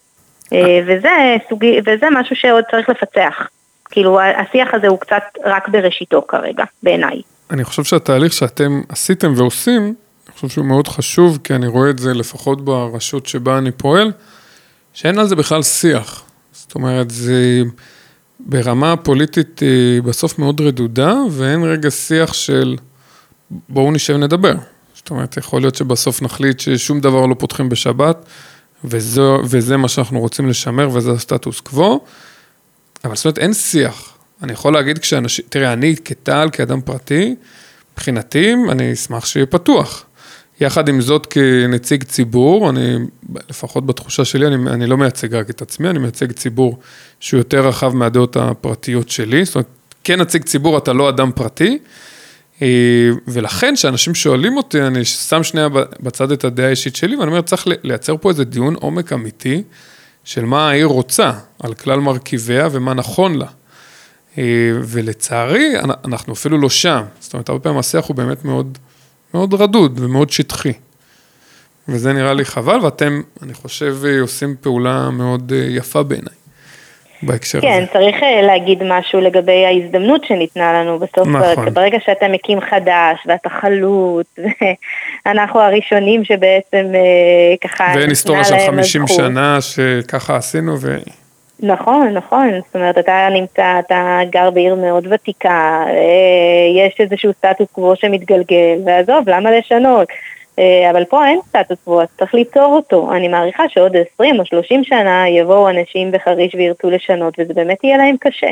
וזה משהו שעוד צריך לפצח. כאילו, השיח הזה הוא קצת רק בראשיתו כרגע, בעיניי. אני חושב שהתהליך שאתם עשיתם ועושים, אני חושב שהוא מאוד חשוב, כי אני רואה את זה לפחות ברשות שבה אני פועל, שאין על זה בכלל שיח. זאת אומרת, זה ברמה פוליטית בסוף מאוד רדודה, ואין רגע שיח של בואו נשב נדבר. זאת אומרת, יכול להיות שבסוף נחליט ששום דבר לא פותחים בשבת, וזה מה שאנחנו רוצים לשמר, וזה הסטטוס קוו, אבל זאת אומרת, אין שיח. אני יכול להגיד כשאנשים, תראה, אני כטל, כאדם פרטי, מבחינתי, אני אשמח שיהיה פתוח. יחד עם זאת, כנציג ציבור, אני, לפחות בתחושה שלי, אני לא מייצג רק את עצמי, אני מייצג ציבור שהוא יותר רחב מהדעות הפרטיות שלי, זאת אומרת, כן נציג ציבור, אתה לא אדם פרטי, ולכן שאנשים שואלים אותי, אני שם שנייה בצד את הדעה האישית שלי, ואני אומר, צריך לייצר פה איזה דיון עומק אמיתי, של מה העיר רוצה, על כלל מרכיביה ומה נכון לה. ולצערי, אנחנו אפילו לא שם. זאת אומרת, הרבה פעמים השיח הוא באמת מאוד, מאוד רדוד ומאוד שטחי. וזה נראה לי חבל, ואתם, אני חושב, עושים פעולה מאוד יפה בעיניי. בהקשר הזה. כן, צריך להגיד משהו לגבי ההזדמנות שניתנה לנו בסוף. נכון. ברגע שאתה מקים חדש, ואתה חלוט, ואנחנו הראשונים שבעצם ככה... ואין היסטוריה של 50 שנה שככה עשינו נכון, נכון. זאת אומרת, אתה גר בעיר מאוד ותיקה, יש איזשהו סטטוס קוו שמתגלגל, ועזוב, למה לשנות? אבל פה אין סטטוס קוו, אז צריך ליצור אותו. אני מעריכה שעוד 20 או 30 שנה יבואו אנשים בחריש וירצו לשנות, וזה באמת יהיה להם קשה.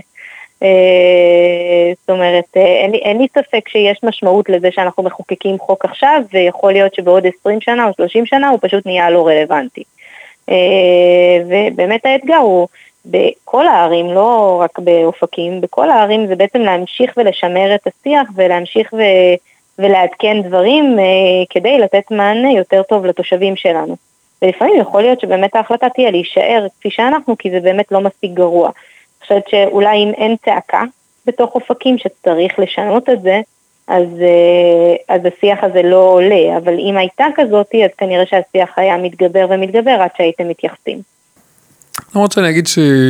זאת אומרת, אין לי ספק שיש משמעות לזה שאנחנו מחוקקים חוק עכשיו, ויכול להיות שבעוד 20 שנה או 30 שנה הוא פשוט נהיה לא רלוונטי. ובאמת האתגר הוא בכל הערים, לא רק באופקים, בכל הערים זה בעצם להמשיך ולשמר את השיח, ולהמשיך ולעדכן דברים כדי לתת מענה יותר טוב לתושבים שלנו. ולפעמים יכול להיות שבאמת ההחלטה תהיה להישאר כפי שאנחנו, כי זה באמת לא מספיק גרוע. אני חושבת שאולי אם אין צעקה בתוך אופקים שצריך לשנות את זה, אז השיח הזה לא עולה, אבל אם הייתה כזאת, אז כנראה שהשיח היה מתגבר ומתגבר עד שהייתם מתייחסים. למרות שאני אגיד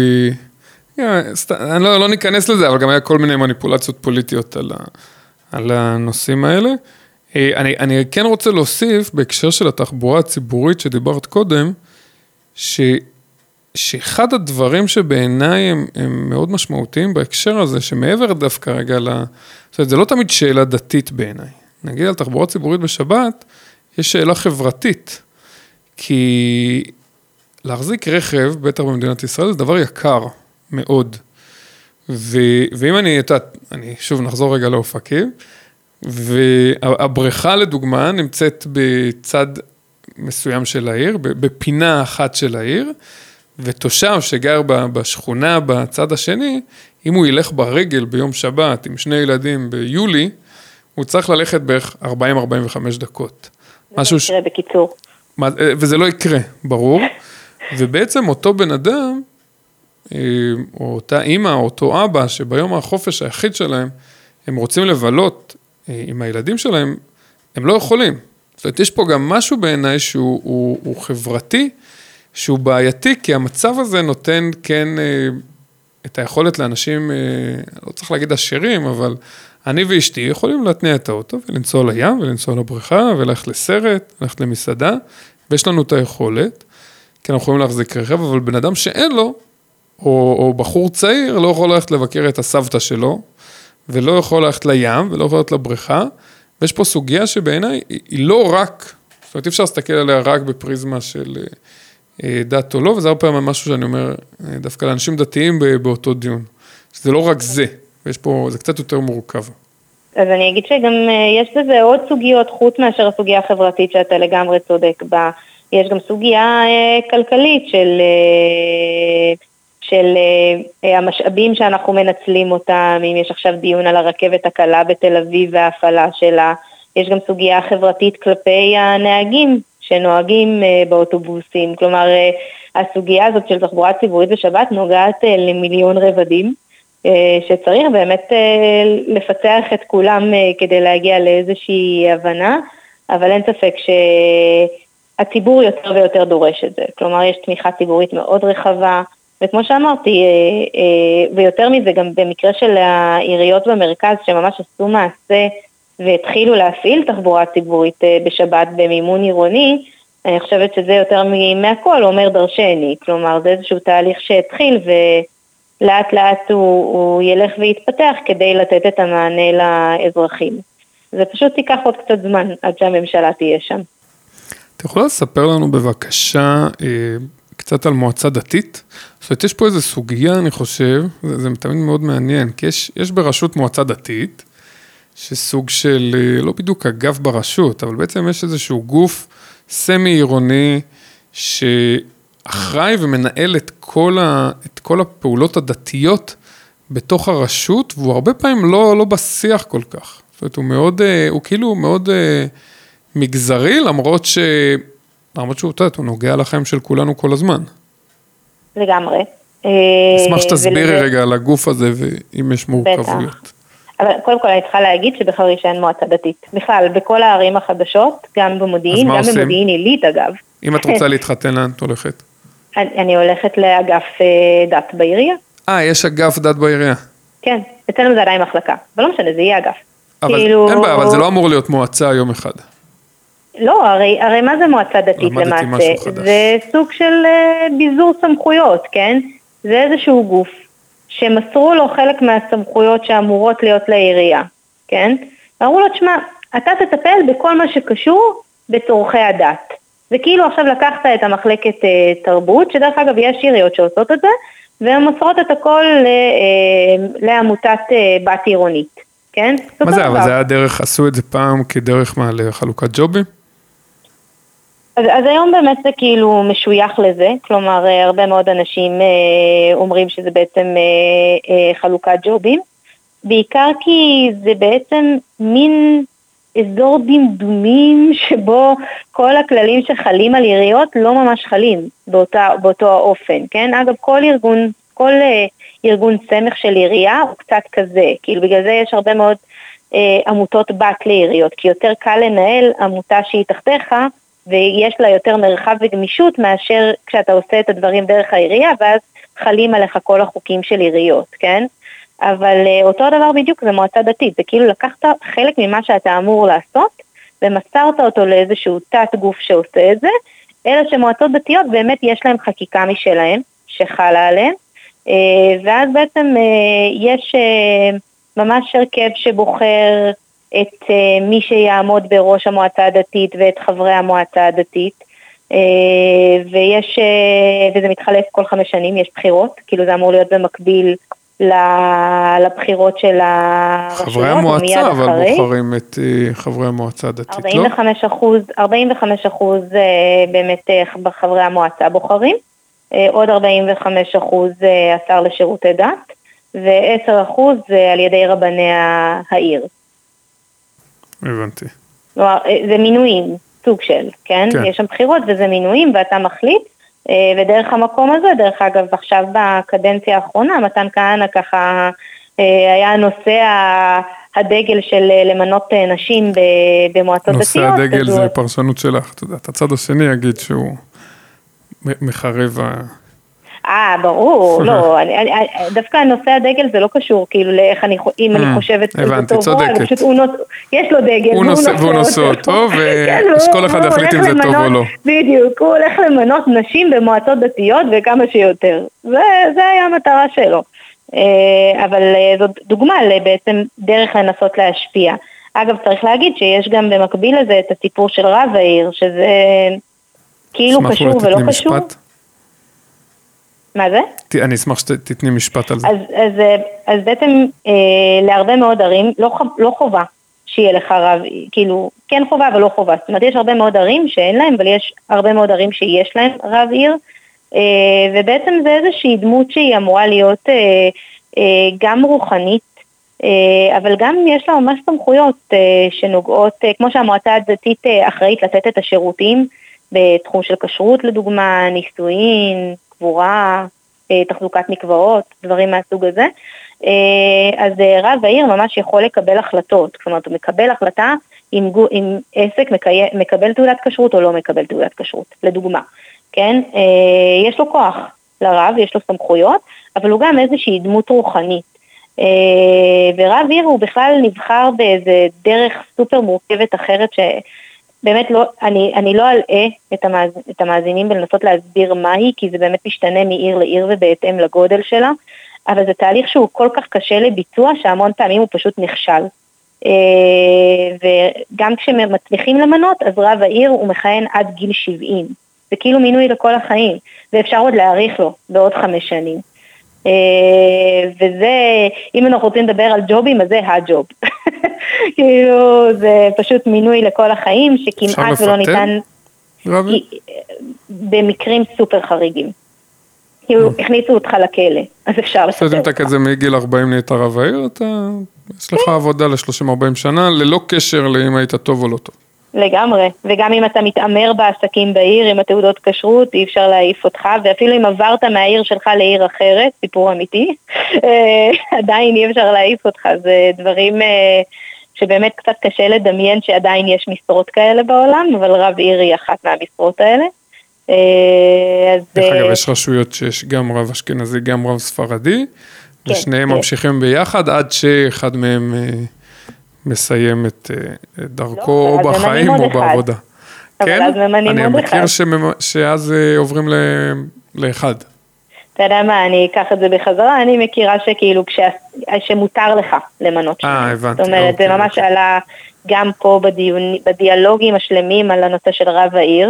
לא ניכנס לזה, אבל גם היה כל מיני מניפולציות פוליטיות על הנושאים האלה. אני כן רוצה להוסיף, בהקשר של התחבורה הציבורית שדיברת קודם, שאחד הדברים שבעיניי הם מאוד משמעותיים בהקשר הזה, שמעבר דווקא רגע זאת אומרת, זה לא תמיד שאלה דתית בעיניי. נגיד על תחבורה ציבורית בשבת, יש שאלה חברתית, כי להחזיק רכב, בטח במדינת ישראל, זה דבר יקר מאוד. ואם אני שוב נחזור רגע לאופקים, והבריכה לדוגמה נמצאת בצד מסוים של העיר, בפינה אחת של העיר, ותושב שגר בשכונה בצד השני, אם הוא ילך ברגל ביום שבת עם שני ילדים ביולי, הוא צריך ללכת בערך 40-45 דקות. זה לא יקרה בקיצור. וזה לא יקרה, ברור. ובעצם אותו בן אדם, או אותה אימא, או אותו אבא, שביום החופש היחיד שלהם, הם רוצים לבלות עם הילדים שלהם, הם לא יכולים. זאת אומרת, יש פה גם משהו בעיניי שהוא חברתי, שהוא בעייתי, כי המצב הזה נותן כן את היכולת לאנשים, לא צריך להגיד עשירים, אבל אני ואשתי יכולים להתניע את האוטו, ולנסוע לים, ולנסוע לבריכה, וללכת לסרט, ללכת למסעדה, ויש לנו את היכולת, כי אנחנו יכולים להחזיק רכב, אבל בן אדם שאין לו, או בחור צעיר, לא יכול ללכת לבקר את הסבתא שלו, ולא יכול ללכת לים, ולא יכול ללכת לבריכה, ויש פה סוגיה שבעיניי היא לא רק, זאת אומרת, אי אפשר להסתכל עליה רק בפריזמה של דת או לא, וזה הרבה פעמים משהו שאני אומר, דווקא לאנשים דתיים באותו דיון. שזה לא רק זה, ויש פה, זה קצת יותר מורכב. אז אני אגיד שגם יש בזה עוד סוגיות, חוץ מאשר הסוגיה החברתית שאתה לגמרי צודק בה, יש גם סוגיה כלכלית של המשאבים שאנחנו מנצלים אותם, אם יש עכשיו דיון על הרכבת הקלה בתל אביב וההפעלה שלה, יש גם סוגיה חברתית כלפי הנהגים שנוהגים באוטובוסים, כלומר הסוגיה הזאת של תחבורה ציבורית בשבת נוגעת למיליון רבדים, שצריך באמת לפצח את כולם כדי להגיע לאיזושהי הבנה, אבל אין ספק שהציבור יותר ויותר דורש את זה, כלומר יש תמיכה ציבורית מאוד רחבה, וכמו שאמרתי, ויותר מזה גם במקרה של העיריות במרכז שממש עשו מעשה והתחילו להפעיל תחבורה ציבורית בשבת במימון עירוני, אני חושבת שזה יותר מהכל אומר דרשני, כלומר זה איזשהו תהליך שהתחיל ולאט לאט הוא ילך ויתפתח כדי לתת את המענה לאזרחים. זה פשוט ייקח עוד קצת זמן עד שהממשלה תהיה שם. אתה יכולה לספר לנו בבקשה קצת על מועצה דתית? זאת אומרת, יש פה איזו סוגיה, אני חושב, זה תמיד מאוד מעניין, כי יש ברשות מועצה דתית, שסוג של, לא בדיוק אגף ברשות, אבל בעצם יש איזשהו גוף סמי-עירוני, שאחראי ומנהל את כל הפעולות הדתיות בתוך הרשות, והוא הרבה פעמים לא בשיח כל כך. זאת אומרת, הוא כאילו מאוד מגזרי, למרות שהוא נוגע לחיים של כולנו כל הזמן. לגמרי. אשמח שתסבירי רגע על הגוף הזה, ואם יש מורכבויות. אבל קודם כל אני צריכה להגיד שבחריש אין מועצה דתית. בכלל, בכל הערים החדשות, גם במודיעין, גם במודיעין עילית אגב. אם את רוצה להתחתן, לאן את הולכת? אני הולכת לאגף דת בעירייה. יש אגף דת בעירייה. כן, אצלנו זה עדיין מחלקה, אבל לא משנה, זה יהיה אגף. אין בעיה, אבל זה לא אמור להיות מועצה יום אחד. לא, הרי מה זה מועצה דתית למעשה? זה סוג של ביזור סמכויות, כן? זה איזשהו גוף שמסרו לו חלק מהסמכויות שאמורות להיות לעירייה, כן? ואמרו לו, תשמע, אתה תטפל בכל מה שקשור בצורכי הדת. זה כאילו עכשיו לקחת את המחלקת תרבות, שדרך אגב יש עיריות שעושות את זה, והן מסרות את הכל לעמותת בת עירונית, כן? מה זה, אבל זה היה דרך, עשו את זה פעם כדרך מה, לחלוקת ג'ובים? אז היום באמת זה כאילו משוייך לזה, כלומר הרבה מאוד אנשים אומרים שזה בעצם חלוקת ג'ובים, בעיקר כי זה בעצם מין אזור דמדומים שבו כל הכללים שחלים על עיריות לא ממש חלים באותו האופן, כן? אגב, כל ארגון סמך של עירייה הוא קצת כזה, כאילו בגלל זה יש הרבה מאוד עמותות בת לעיריות, כי יותר קל לנהל עמותה שהיא תחתיך, ויש לה יותר מרחב וגמישות מאשר כשאתה עושה את הדברים דרך העירייה, ואז חלים עליך כל החוקים של עיריות, כן? אבל אותו דבר בדיוק זה מועצה דתית, זה כאילו לקחת חלק ממה שאתה אמור לעשות, ומסרת אותו לאיזשהו תת גוף שעושה את זה, אלא שמועצות דתיות באמת יש להם חקיקה משלהם, שחלה עליהם, ואז בעצם יש ממש הרכב שבוחר את מי שיעמוד בראש המועצה הדתית ואת חברי המועצה הדתית, וזה מתחלף כל 5 שנים, יש בחירות, כאילו זה אמור להיות במקביל לבחירות של הרשויות. חברי המועצה, אבל בוחרים את חברי המועצה הדתית, לא? 45% באמת חברי המועצה בוחרים, עוד 45% השר לשירותי דת, ו10% על ידי רבני העיר. הבנתי. זה מינויים, סוג של, כן? יש שם בחירות וזה מינויים ואתה מחליט, ודרך המקום הזה, דרך אגב, עכשיו בקדנציה האחרונה, מתן כהנא ככה היה נושא הדגל של למנות נשים במועצות דתיות. נושא הדגל זה פרשנות שלך, אתה יודע, הצד השני יגיד שהוא מחרב ברור, לא, דווקא נושא הדגל זה לא קשור, כאילו לאיך אם אני חושבת הבנתי, צודקת. יש לו דגל, והוא נושא אותו, וכל אחד יחליט אם זה טוב או לא. בדיוק, הוא הולך למנות נשים במועצות דתיות וכמה שיותר, זה היה המטרה שלו. אבל זאת דוגמה בעצם דרך לנסות להשפיע. אגב, צריך להגיד שיש גם במקביל לזה את הסיפור של רב העיר, שזה כאילו קשור ולא קשור. מה זה? אני אשמח שתתני משפט על זה. אז בעצם להרבה מאוד ערים לא חובה שיהיה לך רב, כאילו כן חובה אבל לא חובה. זאת אומרת, יש הרבה מאוד ערים שאין להם, אבל יש הרבה מאוד ערים שיש להם רב עיר, ובעצם זה איזושהי דמות שהיא אמורה להיות גם רוחנית, אבל גם יש לה ממש סמכויות שנוגעות, כמו שהמועצה הדתית אחראית לתת את השירותים בתחום של כשרות לדוגמה, נישואין, קבורה, תחזוקת מקוואות, דברים מהסוג הזה. אז רב העיר ממש יכול לקבל החלטות, זאת אומרת הוא מקבל החלטה אם עסק מקבל תעודת כשרות או לא מקבל תעודת כשרות, לדוגמה, כן? יש לו כוח לרב, יש לו סמכויות, אבל הוא גם איזושהי דמות רוחנית. ורב עיר הוא בכלל נבחר באיזה דרך סופר מורכבת אחרת שבאמת לא, אני לא אלאה את המאזינים בלנסות להסביר מהי, כי זה באמת משתנה מעיר לעיר ובהתאם לגודל שלה, אבל זה תהליך שהוא כל כך קשה לביצוע שהמון פעמים הוא פשוט נכשל. וגם כשמצליחים למנות, אז רב העיר הוא מכהן עד גיל 70. זה כאילו מינוי לכל החיים, ואפשר עוד להאריך לו בעוד 5 שנים. וזה, אם אנחנו רוצים לדבר על ג'ובים, אז זה הג'וב. כאילו, זה פשוט מינוי לכל החיים, שכמעט ולא ניתן, במקרים סופר חריגים. כאילו, הכניסו אותך לכלא, אז אפשר לפטר אותך. אם אתה כזה מגיל 40 נהיית רב העיר, יש לך עבודה ל-30-40 שנה, ללא קשר לאם היית טוב או לא טוב. לגמרי, וגם אם אתה מתאמר בעסקים בעיר, עם התעודות כשרות, אי אפשר להעיף אותך, ואפילו אם עברת מהעיר שלך לעיר אחרת, סיפור אמיתי, עדיין אי אפשר להעיף אותך, זה דברים שבאמת קצת קשה לדמיין שעדיין יש משרות כאלה בעולם, אבל רב עיר היא אחת מהמשרות האלה. דרך אגב, יש רשויות שיש גם רב אשכנזי, גם רב ספרדי, ושניהם ממשיכים ביחד, עד שאחד מהם מסיים את דרכו או בחיים או בעבודה. כן? אני מכיר שאז עוברים לאחד. אתה יודע מה, אני אקח את זה בחזרה, אני מכירה שכאילו שמותר לך למנות שם. הבנתי. זאת אומרת, זה ממש עלה גם פה בדיאלוגים השלמים על הנושא של רב העיר,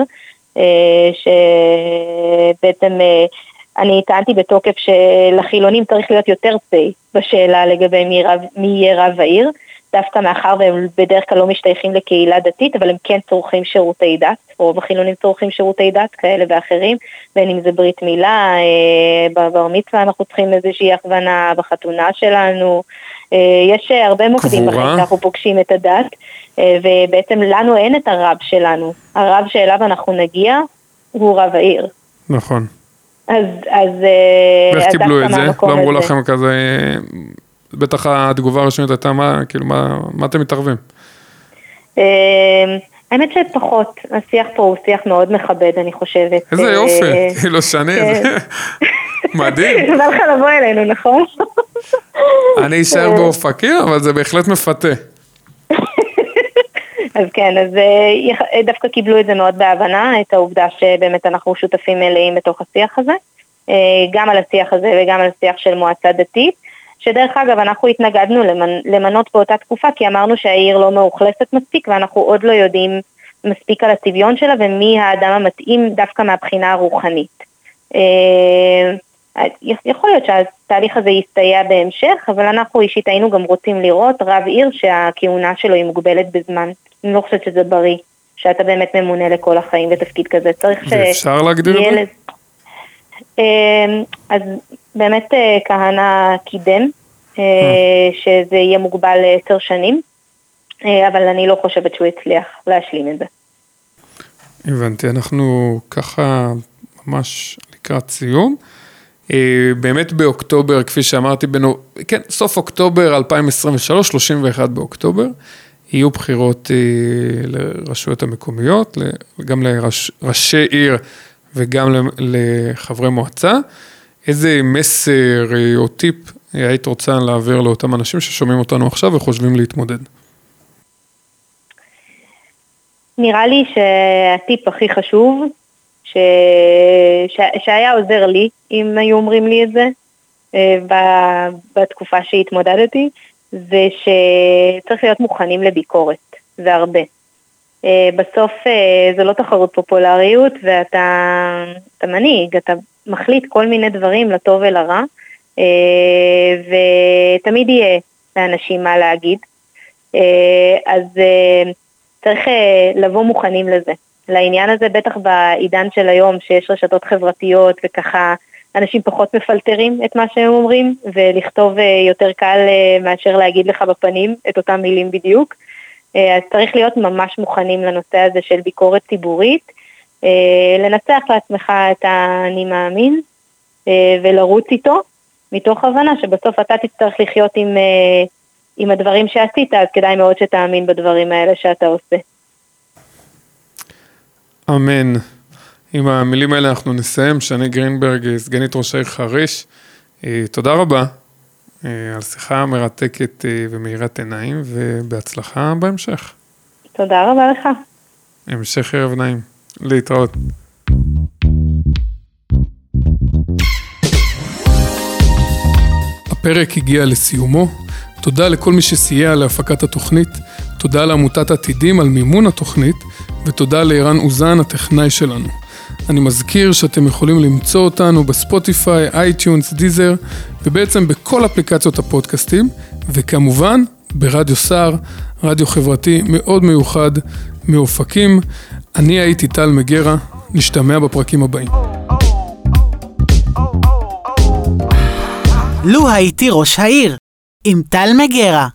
שבעצם אני טענתי בתוקף שלחילונים צריך להיות יותר say בשאלה לגבי מי יהיה רב העיר, דווקא מאחר והם בדרך כלל לא משתייכים לקהילה דתית, אבל הם כן צורכים שירותי דת, רוב החילונים צורכים שירותי דת כאלה ואחרים, בין אם זה ברית מילה, בבר מצווה אנחנו צריכים איזושהי הכוונה, בחתונה שלנו, יש הרבה מוקדים בחיים שאנחנו פוגשים את הדת, ובעצם לנו אין את הרב שלנו, הרב שאליו אנחנו נגיע הוא רב העיר. נכון. אז ואיך קיבלו את זה? לא אמרו לכם כזה, בטח התגובה הראשונית הייתה, מה אתם מתערבים? האמת שפחות, השיח פה הוא שיח מאוד מכבד, אני חושבת. איזה יופי, כאילו שני, מדהים. בא לך לבוא אלינו, נכון? אני אשאר באופקים, אבל זה בהחלט מפתה. אז כן, אז דווקא קיבלו את זה מאוד בהבנה, את העובדה שבאמת אנחנו שותפים מלאים בתוך השיח הזה, גם על השיח הזה וגם על השיח של מועצה דתית, שדרך אגב אנחנו התנגדנו למנות באותה תקופה, כי אמרנו שהעיר לא מאוכלסת מספיק, ואנחנו עוד לא יודעים מספיק על הצביון שלה, ומי האדם המתאים דווקא מהבחינה הרוחנית. יכול להיות שהתהליך הזה יסתייע בהמשך, אבל אנחנו אישית היינו גם רוצים לראות רב עיר שהכהונה שלו היא מוגבלת בזמן. אני לא חושבת שזה בריא, שאתה באמת ממונה לכל החיים בתפקיד כזה. ואפשר להגדיר את זה? אז באמת כהנא קידם, שזה יהיה מוגבל ל10 שנים, אבל אני לא חושבת שהוא הצליח להשלים את זה. הבנתי, אנחנו ככה ממש לקראת סיום. באמת באוקטובר, כפי שאמרתי, כן, סוף אוקטובר 2023, 31 באוקטובר, יהיו בחירות לרשויות המקומיות, גם לראשי עיר וגם לחברי מועצה. איזה מסר או טיפ היית רוצה להעביר לאותם אנשים ששומעים אותנו עכשיו וחושבים להתמודד? נראה לי שהטיפ הכי חשוב, שהיה עוזר לי, אם היו אומרים לי את זה, בתקופה שהתמודדתי, זה שצריך להיות מוכנים לביקורת, והרבה. בסוף זה לא תחרות פופולריות, ואתה מנהיג, אתה מחליט כל מיני דברים לטוב ולרע, ותמיד יהיה לאנשים מה להגיד, אז צריך לבוא מוכנים לזה. לעניין הזה בטח בעידן של היום, שיש רשתות חברתיות וככה אנשים פחות מפלטרים את מה שהם אומרים, ולכתוב יותר קל מאשר להגיד לך בפנים את אותם מילים בדיוק. אז צריך להיות ממש מוכנים לנושא הזה של ביקורת ציבורית, לנצח לעצמך את האני מאמין, ולרוץ איתו, מתוך הבנה שבסוף אתה תצטרך לחיות עם הדברים שעשית, אז כדאי מאוד שתאמין בדברים האלה שאתה עושה. אמן. עם המילים האלה אנחנו נסיים. שני גרינברג, סגנית ראש העיר חריש, תודה רבה על שיחה מרתקת ומאירת עיניים, ובהצלחה בהמשך. תודה רבה לך. המשך ערב נעים. להתראות. הפרק הגיע לסיומו. תודה לכל מי שסייע להפקת התוכנית, תודה לעמותת עתידים על מימון התוכנית, ותודה לאירן אוזן, הטכנאי שלנו. אני מזכיר שאתם יכולים למצוא אותנו בספוטיפיי, אייטיונס, דיזר, ובעצם בכל אפליקציות הפודקאסטים, וכמובן ברדיו סער, רדיו חברתי מאוד מיוחד מאופקים. אני הייתי טל מגרה, נשתמע בפרקים הבאים. לו הייתי ראש העיר, עם טל מגרה.